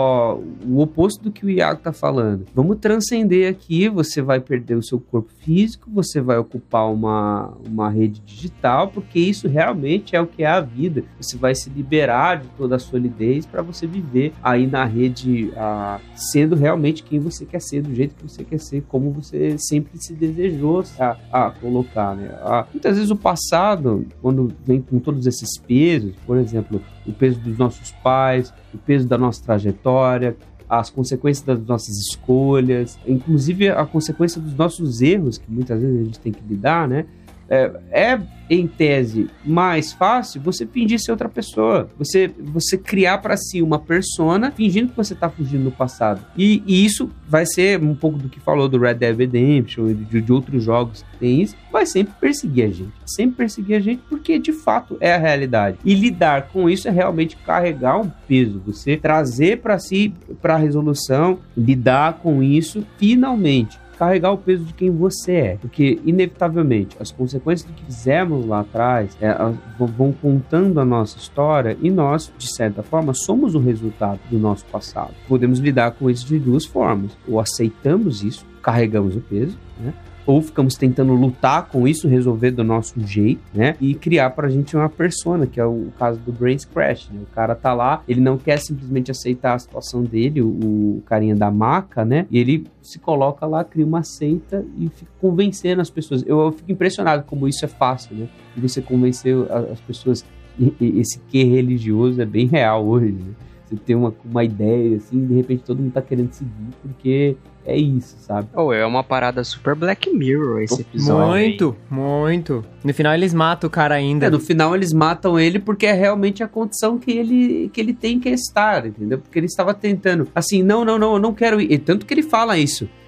Speaker 4: O oposto do que o Iago tá falando. Vamos transcender aqui, você vai perder o seu corpo físico, você vai ocupar uma rede digital, porque isso realmente é o que é a vida. Você vai se liberar de toda a solidez para você viver aí na rede, sendo realmente quem você quer ser, do jeito que você quer ser, como você sempre se desejou a colocar, né? Muitas vezes o passado, quando vem com todos esses pesos, por exemplo, o peso dos nossos pais, o peso da nossa trajetória, as consequências das nossas escolhas, inclusive a consequência dos nossos erros, que muitas vezes a gente tem que lidar, né? É em tese mais fácil você fingir ser outra pessoa, você criar pra si uma persona fingindo que você tá fugindo do passado, e isso vai ser um pouco do que falou do Red Dead Redemption e de outros jogos que tem isso, vai sempre perseguir a gente porque de fato é a realidade, e lidar com isso é realmente carregar um peso, você trazer pra si, pra resolução, lidar com isso, finalmente carregar o peso de quem você é, porque inevitavelmente as consequências do que fizemos lá atrás vão contando a nossa história, e nós, de certa forma, somos o resultado do nosso passado. Podemos lidar com isso de duas formas: ou aceitamos isso, carregamos o peso, né? Ou ficamos tentando lutar com isso, resolver do nosso jeito, né? E criar pra gente uma persona, que é o caso do Brain Scratch, né? O cara tá lá, ele não quer simplesmente aceitar a situação dele, o carinha da maca, né? E ele se coloca lá, cria uma seita e fica convencendo as pessoas. Eu fico impressionado como isso é fácil, né? E você convencer as pessoas, esse quê religioso é bem real hoje, né? Você tem uma ideia, assim, de repente todo mundo tá querendo seguir, porque é isso, sabe?
Speaker 5: É uma parada super Black Mirror esse episódio.
Speaker 3: Muito. No final eles matam o cara ainda.
Speaker 4: No final eles matam ele porque é realmente a condição que ele tem que estar, entendeu? Porque ele estava tentando, assim, não, eu não quero ir. E tanto que ele fala isso.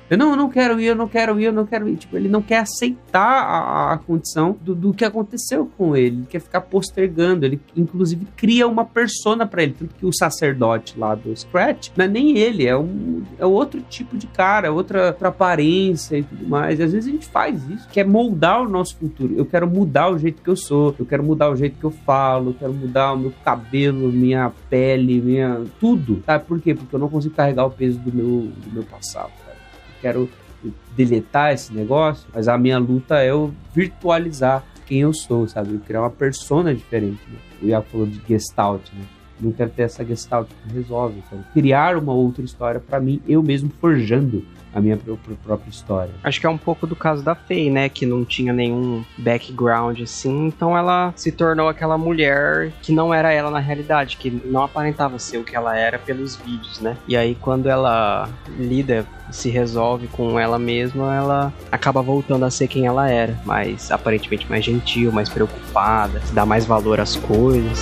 Speaker 4: Eu não quero ir. Tipo, ele não quer aceitar a condição do que aconteceu com ele. Ele quer ficar postergando. Ele, inclusive, cria uma persona pra ele. Tanto que o sacerdote lá do Scratch não é nem ele, é outro tipo de cara, outra aparência e tudo mais. E às vezes a gente faz isso, quer moldar o nosso futuro. Eu quero mudar o jeito que eu sou, eu quero mudar o jeito que eu falo, eu quero mudar o meu cabelo, minha pele, tudo. Sabe por quê? Porque eu não consigo carregar o peso do meu passado, cara. Eu quero deletar esse negócio, mas a minha luta é eu virtualizar quem eu sou, sabe? Eu criar uma persona diferente, né? O Iago falou de Gestalt, né? Não quero ter essa Gestalt que resolve. Então, criar uma outra história pra mim, eu mesmo forjando a minha própria história.
Speaker 5: Acho que é um pouco do caso da Faye, né? Que não tinha nenhum background assim, então ela se tornou aquela mulher que não era ela na realidade, que não aparentava ser o que ela era pelos vídeos, né? E aí quando ela lida, se resolve com ela mesma, ela acaba voltando a ser quem ela era, mas aparentemente mais gentil, mais preocupada, dá mais valor às coisas.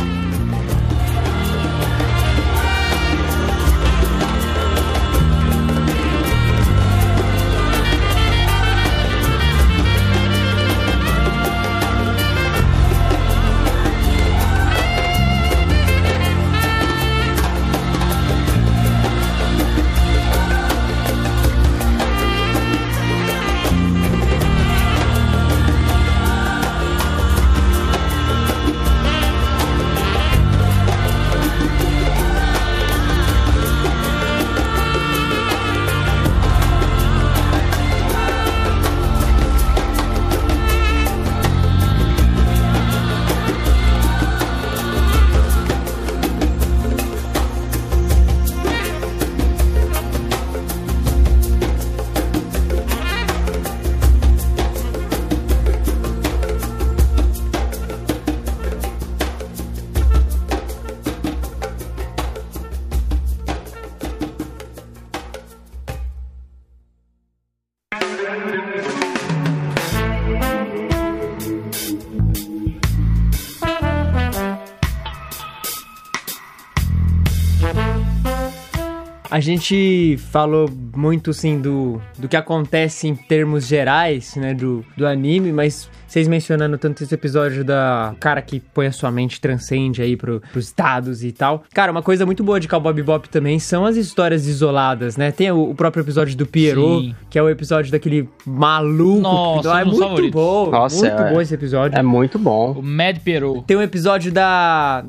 Speaker 3: A gente falou muito, assim, do que acontece em termos gerais, né, do anime, mas vocês mencionando tanto esse episódio da cara que põe a sua mente, transcende aí pros dados e tal. Cara, uma coisa muito boa de Cowboy Bebop também são as histórias isoladas, né? Tem o próprio episódio do Pierrot,
Speaker 6: Sim.
Speaker 3: que é o episódio daquele maluco.
Speaker 6: Nossa,
Speaker 3: é muito
Speaker 6: favoritos.
Speaker 3: bom.
Speaker 5: Nossa,
Speaker 3: muito bom esse episódio.
Speaker 5: É muito bom.
Speaker 6: O Mad Peru.
Speaker 3: Tem um episódio da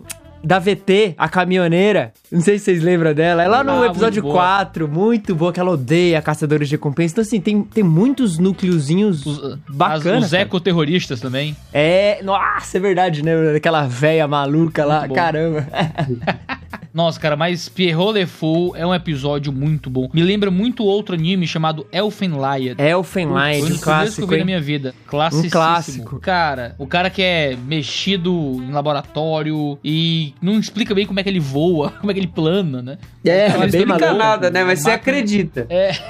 Speaker 3: VT, a caminhoneira. Não sei se vocês lembram dela. É lá no episódio 4. Muito boa, que ela odeia caçadores de recompensa. Então, assim, tem muitos núcleozinhos bacanas.
Speaker 6: Os ecoterroristas também.
Speaker 3: Nossa, é verdade, né? Aquela véia maluca lá.
Speaker 6: bom.
Speaker 3: Caramba.
Speaker 6: Nossa, cara, mas Pierrot Le Fou é um episódio muito bom. Me lembra muito outro anime chamado Elfen Lied.
Speaker 3: Elfen Lied,
Speaker 6: Foi um
Speaker 3: um
Speaker 6: dos primeiros que eu
Speaker 3: clássico,
Speaker 6: vi na
Speaker 3: hein?
Speaker 6: minha vida. Classicíssimo.
Speaker 3: Um clássico.
Speaker 6: Cara, o cara que é mexido em laboratório e não explica bem como é que ele voa, como é que ele plana, né?
Speaker 3: É
Speaker 4: Não
Speaker 3: bem
Speaker 4: explica
Speaker 3: maluco.
Speaker 4: nada, né? Mas você acredita.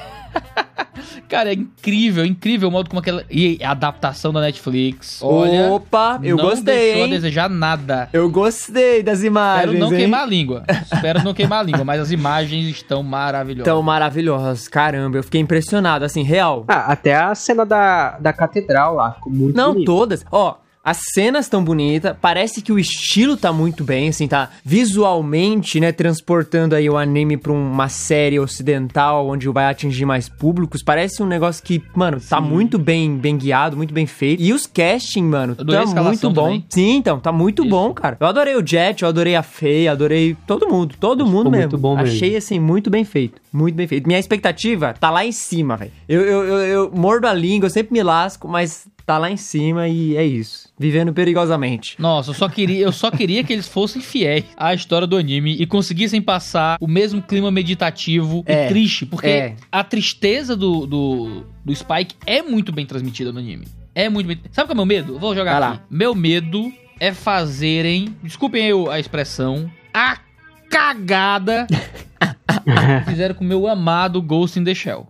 Speaker 6: Cara, é incrível o modo como aquela... E a adaptação da Netflix, olha...
Speaker 3: Opa, eu
Speaker 6: não
Speaker 3: gostei,
Speaker 6: deixou
Speaker 3: hein?
Speaker 6: a desejar nada.
Speaker 3: Eu gostei das imagens,
Speaker 6: Espero não
Speaker 3: hein?
Speaker 6: queimar a língua. Espero não queimar a língua, mas as imagens estão maravilhosas.
Speaker 3: Tão maravilhosas. Caramba, eu fiquei impressionado, assim, real.
Speaker 5: Até a cena da catedral lá, ficou muito
Speaker 3: Não,
Speaker 5: bonita.
Speaker 3: todas. Ó, as cenas tão bonitas, parece que o estilo tá muito bem, assim, tá visualmente, né, transportando aí o anime pra uma série ocidental, onde vai atingir mais públicos. Parece um negócio que, mano, tá muito bem guiado, muito bem feito. E os casting, mano,
Speaker 6: Adorei a
Speaker 3: tá
Speaker 6: escalação
Speaker 3: muito bom.
Speaker 6: também.
Speaker 3: Sim, então, tá muito
Speaker 6: Isso.
Speaker 3: bom, cara. Eu adorei o Jet, eu adorei a Faye, adorei todo mundo mesmo.
Speaker 4: muito bom mesmo.
Speaker 3: Achei, assim, muito bem feito. Muito bem feito. Minha expectativa tá lá em cima, velho. Eu mordo a língua, eu sempre me lasco, mas tá lá em cima e é isso. Vivendo perigosamente.
Speaker 6: Nossa, eu só queria que eles fossem fiéis à história do anime e conseguissem passar o mesmo clima meditativo e triste, porque a tristeza do Spike é muito bem transmitida no anime. É muito bem... Sabe qual é o meu medo? Eu vou jogar
Speaker 3: Vai
Speaker 6: aqui.
Speaker 3: lá.
Speaker 6: Meu medo é fazerem, desculpem a expressão, a cagada que fizeram com o meu amado Ghost in the Shell.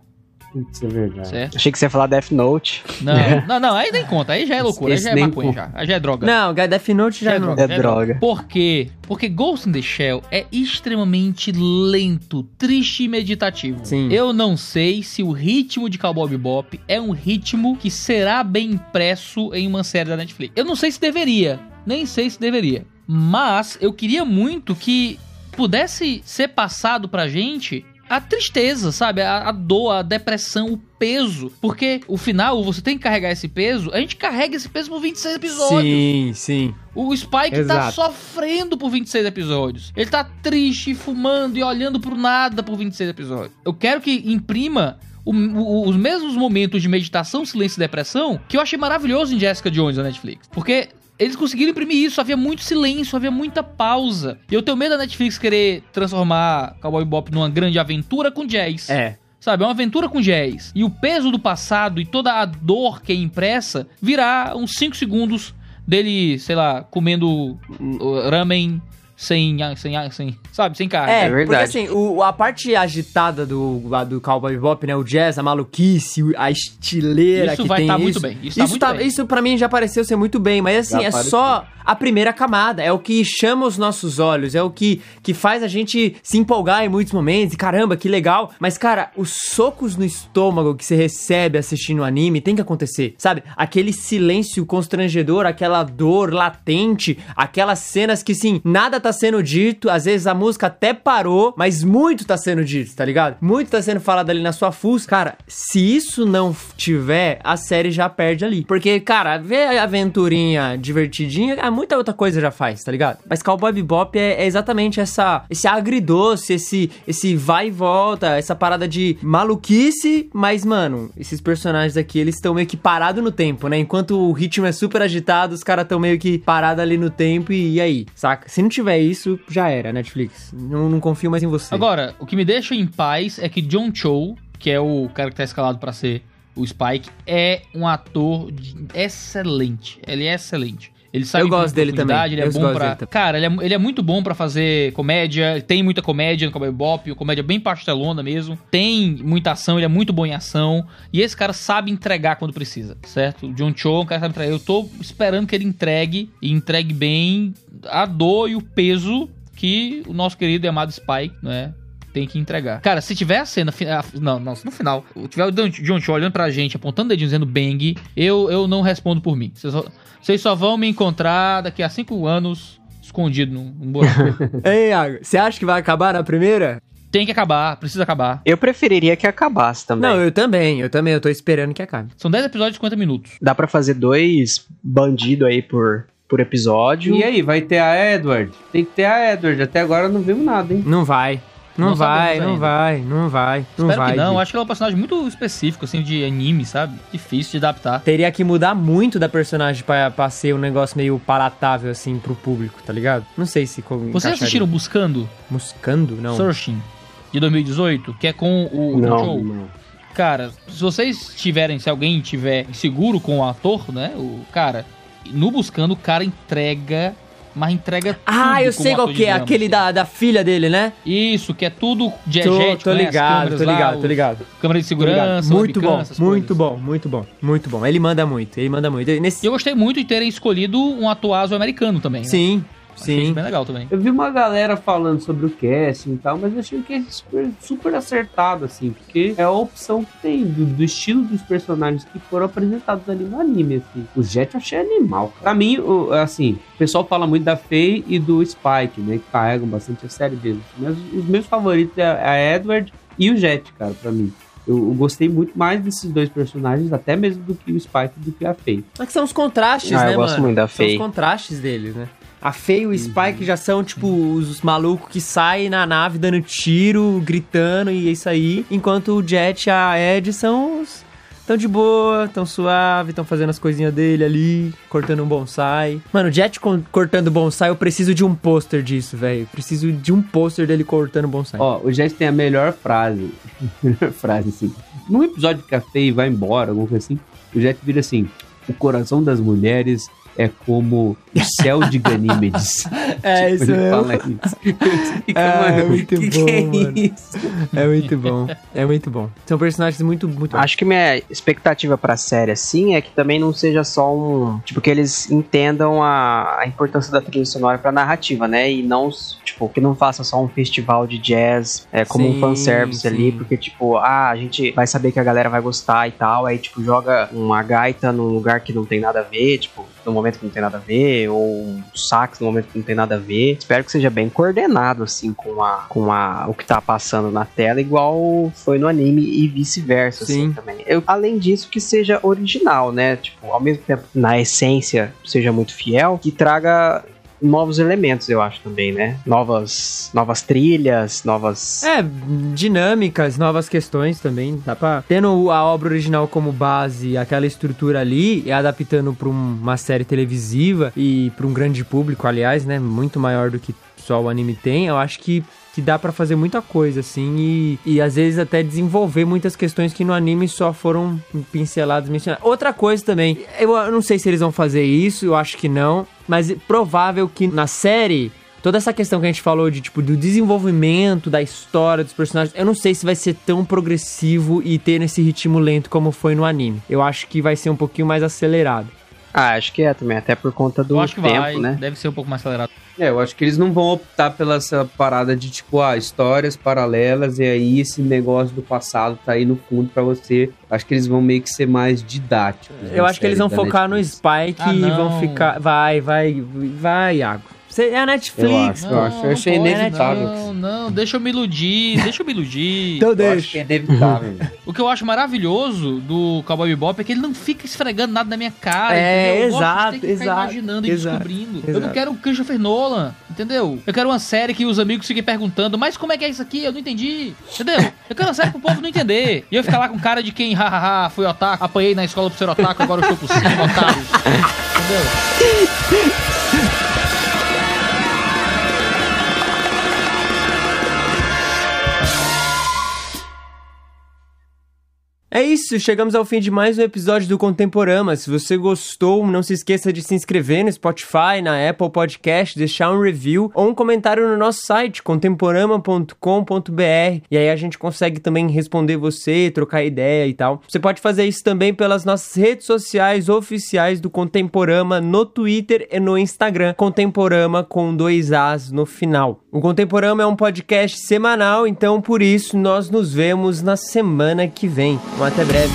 Speaker 4: Isso é verdade.
Speaker 6: Certo?
Speaker 5: Achei que você ia falar Death Note.
Speaker 6: Não, aí nem conta, aí já é loucura, aí já é maconha já, aí já é droga.
Speaker 3: Não, Death Note já não.
Speaker 5: É droga.
Speaker 6: Por quê? Porque Ghost in the Shell é extremamente lento, triste e meditativo.
Speaker 3: Sim.
Speaker 6: Eu não sei se o ritmo de Cowboy Bebop é um ritmo que será bem impresso em uma série da Netflix. Eu não sei se deveria, nem sei se deveria. Mas eu queria muito que pudesse ser passado pra gente a tristeza, sabe? A dor, a depressão, o peso. Porque o final, você tem que carregar esse peso. A gente carrega esse peso por 26 episódios.
Speaker 3: Sim.
Speaker 6: O Spike
Speaker 3: Exato.
Speaker 6: tá sofrendo por 26 episódios. Ele tá triste, fumando e olhando pro nada por 26 episódios. Eu quero que imprima os mesmos momentos de meditação, silêncio e depressão que eu achei maravilhoso em Jessica Jones na Netflix. Porque eles conseguiram imprimir isso, havia muito silêncio, havia muita pausa. E eu tenho medo da Netflix querer transformar Cowboy Bebop numa grande aventura com jazz. Sabe, é uma aventura com jazz. E o peso do passado e toda a dor que é impressa virá uns 5 segundos dele, sei lá, comendo ramen sem carne.
Speaker 3: É
Speaker 5: verdade.
Speaker 3: porque assim, a parte agitada do Cowboy Bebop, né, o jazz, a maluquice, a estileira
Speaker 6: Isso
Speaker 3: que
Speaker 6: vai
Speaker 3: tem
Speaker 6: tá
Speaker 3: isso.
Speaker 6: muito bem, isso tá muito bem.
Speaker 3: Isso pra mim já pareceu ser muito bem, mas assim, é só a primeira camada, é o que chama os nossos olhos, é o que faz a gente se empolgar em muitos momentos, e caramba, que legal. Mas cara, os socos no estômago que você recebe assistindo o anime tem que acontecer, sabe? Aquele silêncio constrangedor, aquela dor latente, aquelas cenas que sim, nada tá sendo dito, às vezes a música até parou, mas muito tá sendo dito, tá ligado? Muito tá sendo falado ali na sua fuça. Cara, se isso não tiver, a série já perde ali. Porque, cara, ver a aventurinha divertidinha, muita outra coisa já faz, tá ligado? Mas Cowboy Bebop é exatamente esse agridoce, esse vai e volta, essa parada de maluquice, mas, mano, esses personagens aqui, eles estão meio que parados no tempo, né? Enquanto o ritmo é super agitado, os caras estão meio que parados ali no tempo e aí, saca? Se não tiver isso, já era, Netflix. Não confio mais em você.
Speaker 6: Agora, o que me deixa em paz é que John Cho, que é o cara que tá escalado pra ser o Spike, é um ator excelente. Ele é excelente. Ele sabe,
Speaker 3: eu gosto dele também.
Speaker 6: Ele é bom pra... Cara, ele é muito bom pra fazer comédia. Tem muita comédia no Cowboy Bebop, comédia bem pastelona mesmo. Tem muita ação, ele é muito bom em ação. E esse cara sabe entregar quando precisa, certo? O John Cho, um cara que sabe entregar. Eu tô esperando que ele entregue, e entregue bem a dor e o peso que o nosso querido e amado Spike, né, tem que entregar. Cara, se tiver a cena... no final. Tiver o John Cho olhando pra gente, apontando o dedinho, dizendo bang, eu não respondo por mim. Vocês só vão me encontrar daqui a 5 anos escondido num buraco.
Speaker 3: Ei, Iago, você acha que vai acabar na primeira?
Speaker 6: Tem que acabar, precisa acabar.
Speaker 5: Eu preferiria que acabasse também.
Speaker 3: Não, eu também, eu tô esperando que acabe.
Speaker 6: São 10 episódios de 50 minutos.
Speaker 5: Dá pra fazer 2 bandidos aí por episódio.
Speaker 4: E aí, vai ter a Edward? Tem que ter a Edward. Até agora não vimos nada, hein?
Speaker 3: Não vai. Não vai.
Speaker 6: Espero que não. Acho que ela é um personagem muito específico, assim, de anime, sabe? Difícil de adaptar.
Speaker 3: Teria que mudar muito da personagem pra ser um negócio meio palatável, assim, pro público, tá ligado? Não sei se...
Speaker 6: Vocês assistiram Buscando?
Speaker 3: Buscando? Não.
Speaker 6: Searching, de 2018, que é com o Joe.
Speaker 4: Não.
Speaker 6: Cara, se alguém tiver seguro com o ator, né? No Buscando, o cara entrega... Mas entrega tudo.
Speaker 3: Ah, eu sei qual que é, aquele da filha dele, né?
Speaker 6: Isso, que é tudo diegético,
Speaker 3: tô ligado, tô ligado.
Speaker 6: Câmera de segurança,
Speaker 3: muito bom. Ele manda muito.
Speaker 6: Eu gostei muito de terem escolhido um ator afro-americano também, né?
Speaker 3: Sim.
Speaker 6: Achei isso bem legal também.
Speaker 4: Eu vi uma galera falando sobre o casting e tal, mas eu achei que é super acertado, assim, porque é a opção que tem do estilo dos personagens que foram apresentados ali no anime, assim. O Jet eu achei animal, cara. Pra mim, assim, o pessoal fala muito da Faye e do Spike, né, que carregam bastante a série deles. Mas os meus favoritos é a Edward e o Jet, cara, pra mim. Eu gostei muito mais desses dois personagens, até mesmo do que o Spike e do que a Faye.
Speaker 3: É que são os contrastes, né,
Speaker 5: eu gosto muito da Faye.
Speaker 3: São os contrastes deles, né? A Faye e o Spike já são, tipo, os malucos que saem na nave dando tiro, gritando e é isso aí. Enquanto o Jet e a Ed são tão de boa, tão suave, tão fazendo as coisinhas dele ali, cortando um bonsai. Mano, o Jet cortando bonsai, eu preciso de um pôster disso, velho. Preciso de um pôster dele cortando bonsai.
Speaker 4: Ó, o Jet tem a melhor frase. Assim. Num episódio que a Faye vai embora, alguma coisa assim, o Jet vira assim: o coração das mulheres é como o céu de Ganímedes.
Speaker 3: É,
Speaker 4: tipo,
Speaker 3: isso
Speaker 4: ele
Speaker 3: mesmo.
Speaker 4: fala isso. Fica, mano,
Speaker 3: é muito bom,
Speaker 4: que é
Speaker 3: mano.
Speaker 4: isso?
Speaker 3: É muito bom. É muito bom. São personagens muito bons.
Speaker 5: Acho que minha expectativa pra série, assim, é que também não seja só tipo, que eles entendam a importância da trilha sonora pra narrativa, né? E não, tipo, que não faça só um festival de jazz como um fanservice ali, porque, tipo, a gente vai saber que a galera vai gostar e tal, aí, tipo, joga uma gaita num lugar que não tem nada a ver, tipo, no momento que não tem nada a ver, ou um sax no momento que não tem nada a ver. Espero que seja bem coordenado, assim, com o que tá passando na tela, igual foi no anime e vice-versa, assim, também. Além disso, que seja original, né? Tipo, ao mesmo tempo, na essência, seja muito fiel, que traga novos elementos, eu acho, também, né? Novas trilhas, novas...
Speaker 3: dinâmicas, novas questões também. Dá pra... Tendo a obra original como base, aquela estrutura ali, e adaptando pra uma série televisiva e pra um grande público, aliás, né? Muito maior do que só o anime tem, eu acho que dá pra fazer muita coisa, assim, e às vezes até desenvolver muitas questões que no anime só foram pinceladas, mencionadas. Outra coisa também, eu não sei se eles vão fazer isso, eu acho que não, mas é provável que na série, toda essa questão que a gente falou de, tipo, do desenvolvimento da história dos personagens, eu não sei se vai ser tão progressivo e ter nesse ritmo lento como foi no anime. Eu acho que vai ser um pouquinho mais acelerado.
Speaker 5: Acho que é também, até por conta do tempo, né?
Speaker 6: Deve ser um pouco mais acelerado.
Speaker 4: Eu acho que eles não vão optar pela essa parada de, tipo, histórias paralelas e aí esse negócio do passado tá aí no fundo pra você. Acho que eles vão meio que ser mais didáticos.
Speaker 3: Eu acho que eles vão focar no Spike e vão ficar... Vai, Iago. É a Netflix.
Speaker 4: Eu achei inevitável.
Speaker 6: Não, deixa eu me iludir.
Speaker 3: Então deixa.
Speaker 4: Acho que é inevitável.
Speaker 6: O que eu acho maravilhoso do Cowboy Bebop é que ele não fica esfregando nada na minha cara,
Speaker 3: entendeu?
Speaker 6: Eu gosto de ter que ficar imaginando e descobrindo. Eu não quero um Christopher Nolan, entendeu? Eu quero uma série que os amigos fiquem perguntando, mas como é que é isso aqui? Eu não entendi, entendeu? Eu quero uma série pro povo não entender. E eu ficar lá com cara de quem, fui otaku, apanhei na escola por ser otaku, agora eu estou por cima, otário. Entendeu?
Speaker 3: É isso, chegamos ao fim de mais um episódio do Contemporama. Se você gostou, não se esqueça de se inscrever no Spotify, na Apple Podcast, deixar um review ou um comentário no nosso site, contemporama.com.br. E aí a gente consegue também responder você, trocar ideia e tal. Você pode fazer isso também pelas nossas redes sociais oficiais do Contemporama no Twitter e no Instagram, Contemporama com 2 As no final. O Contemporama é um podcast semanal, então por isso nós nos vemos na semana que vem. Até breve.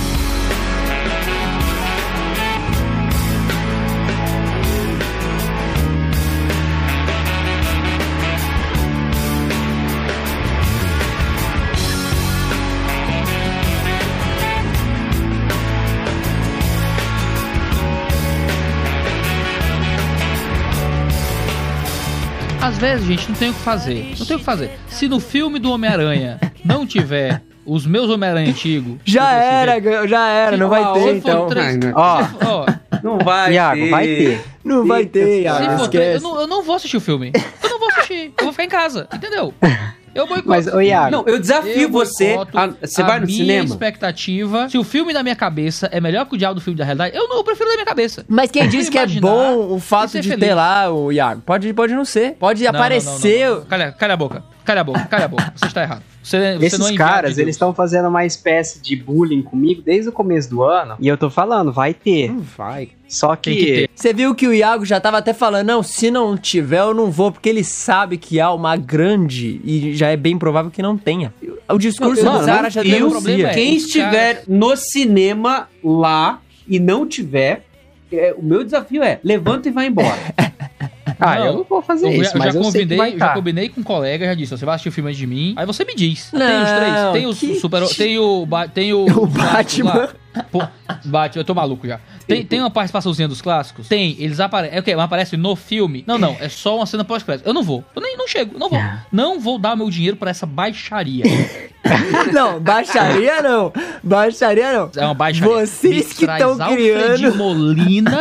Speaker 6: Às vezes, gente, não tem o que fazer. Se no filme do Homem-Aranha não tiver os meus Homem-Aranha antigos...
Speaker 3: Já era, não vai ter, então.
Speaker 4: Não vai
Speaker 5: Iago,
Speaker 4: ter.
Speaker 5: vai ter.
Speaker 3: Não vai ter, Iago, esquece.
Speaker 6: Eu não vou assistir o filme. Eu vou ficar em casa, entendeu? Eu boicoto.
Speaker 5: Mas, Iago...
Speaker 4: Não, eu desafio você. Você vai no cinema? A minha
Speaker 6: expectativa, se o filme da minha cabeça é melhor que o diabo do filme da realidade, eu prefiro da minha cabeça.
Speaker 3: Mas quem diz que é bom o fato de ter lá o Iago? Pode não ser. Pode aparecer...
Speaker 6: Não. Calha a boca. Você está errado.
Speaker 5: Esses
Speaker 6: não é
Speaker 5: caras, eles estão fazendo uma espécie de bullying comigo desde o começo do ano. E eu tô falando, vai ter.
Speaker 3: Não vai.
Speaker 5: Só que...
Speaker 3: Você viu que o Iago já tava até falando, não, se não tiver eu não vou, porque ele sabe que há uma grande, e já é bem provável que não tenha. O discurso do cara já denuncia.
Speaker 4: Quem estiver no cinema lá e não tiver, o meu desafio é, levanta e vai embora.
Speaker 5: Eu não vou fazer isso, mas eu sei que vai
Speaker 6: já combinei com um colega, já disse, você vai assistir o filme antes de mim, aí você me diz. Não, tem os três, tem o Batman. Batman, eu tô maluco já. Tem uma participaçãozinha dos clássicos? Tem, eles aparecem. É o quê? Mas aparece no filme? Não, é só uma cena pós-crédito. Eu não vou. Eu não chego, não vou. Não vou dar meu dinheiro pra essa baixaria.
Speaker 3: Não, baixaria não.
Speaker 6: É uma baixaria.
Speaker 3: Vocês que estão criando.
Speaker 6: De Molina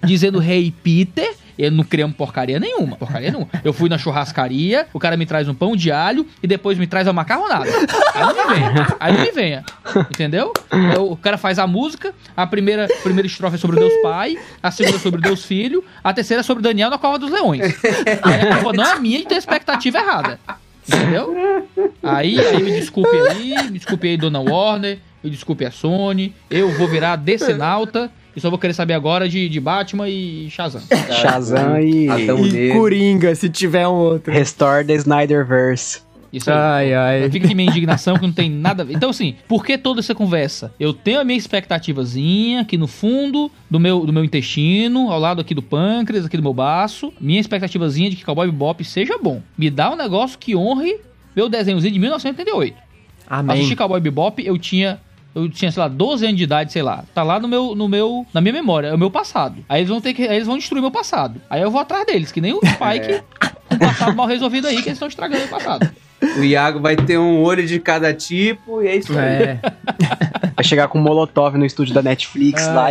Speaker 6: dizendo Hey Peter. Eu não criamos porcaria nenhuma. Eu fui na churrascaria, o cara me traz um pão de alho e depois me traz a macarronada. Aí não me venha. Entendeu? O cara faz a música, a primeira estrofe é sobre Deus Pai, a segunda é sobre Deus Filho, a terceira é sobre Daniel na Cova dos Leões. Aí a culpa não é minha de ter expectativa errada. Entendeu? Aí me desculpe aí, dona Warner, me desculpe a Sony, eu vou virar Decenalta. E só vou querer saber agora de Batman e Shazam.
Speaker 5: Shazam e
Speaker 3: Coringa, se tiver um outro.
Speaker 5: Restore the Snyderverse.
Speaker 6: Isso aí. Fica aqui minha indignação que não tem nada a ver. Então, assim, por que toda essa conversa? Eu tenho a minha expectativazinha aqui no fundo do meu intestino, ao lado aqui do pâncreas, aqui do meu baço. Minha expectativazinha de que Cowboy Bebop seja bom. Me dá um negócio que honre meu desenhozinho de 1988.
Speaker 3: Amém.
Speaker 6: Assisti Cowboy Bebop, eu tinha, sei lá, 12 anos de idade, sei lá. Tá lá na minha memória, é o meu passado. Aí eles vão destruir meu passado. Aí eu vou atrás deles, que nem o Spike com o passado mal resolvido aí, que eles estão estragando o passado.
Speaker 4: O Iago vai ter um olho de cada tipo e é isso aí.
Speaker 5: Vai chegar com um Molotov no estúdio da Netflix lá.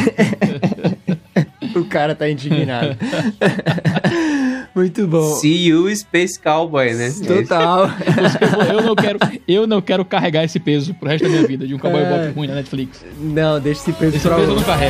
Speaker 3: O cara tá indignado. Muito bom.
Speaker 4: See you, Space Cowboy, né?
Speaker 3: Total.
Speaker 6: Eu não quero carregar esse peso pro resto da minha vida de um Cowboy Bebop ruim na Netflix.
Speaker 3: Não, deixa esse peso
Speaker 6: pra eu não carrego.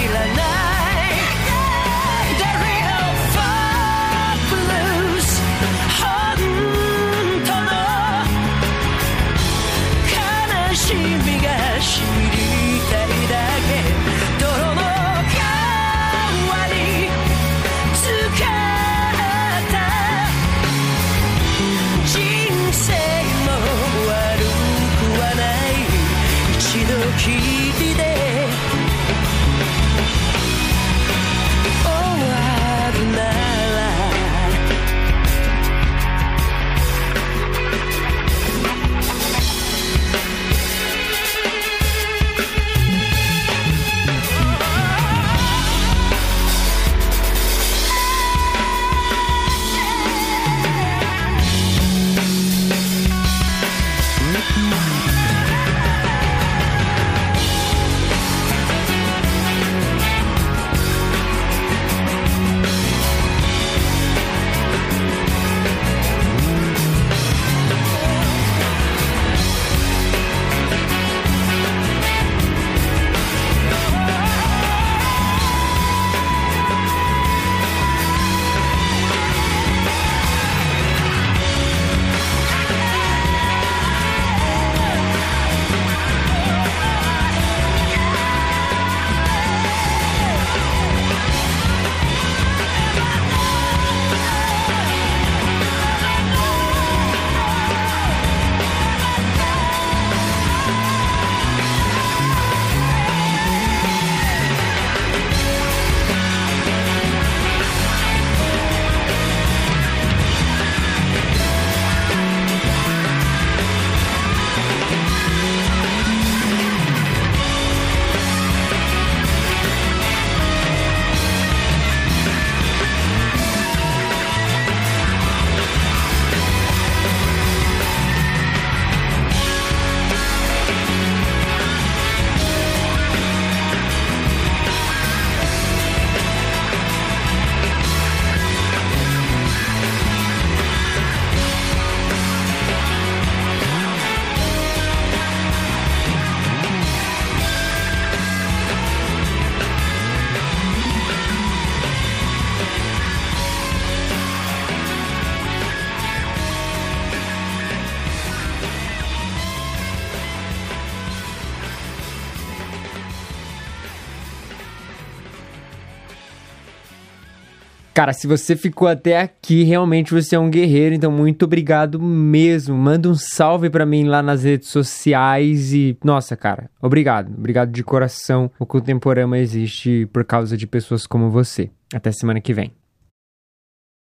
Speaker 3: Cara, se você ficou até aqui, realmente você é um guerreiro, então muito obrigado mesmo. Manda um salve pra mim lá nas redes sociais e... Nossa, cara, obrigado. Obrigado de coração. O Contemporama existe por causa de pessoas como você. Até semana que vem.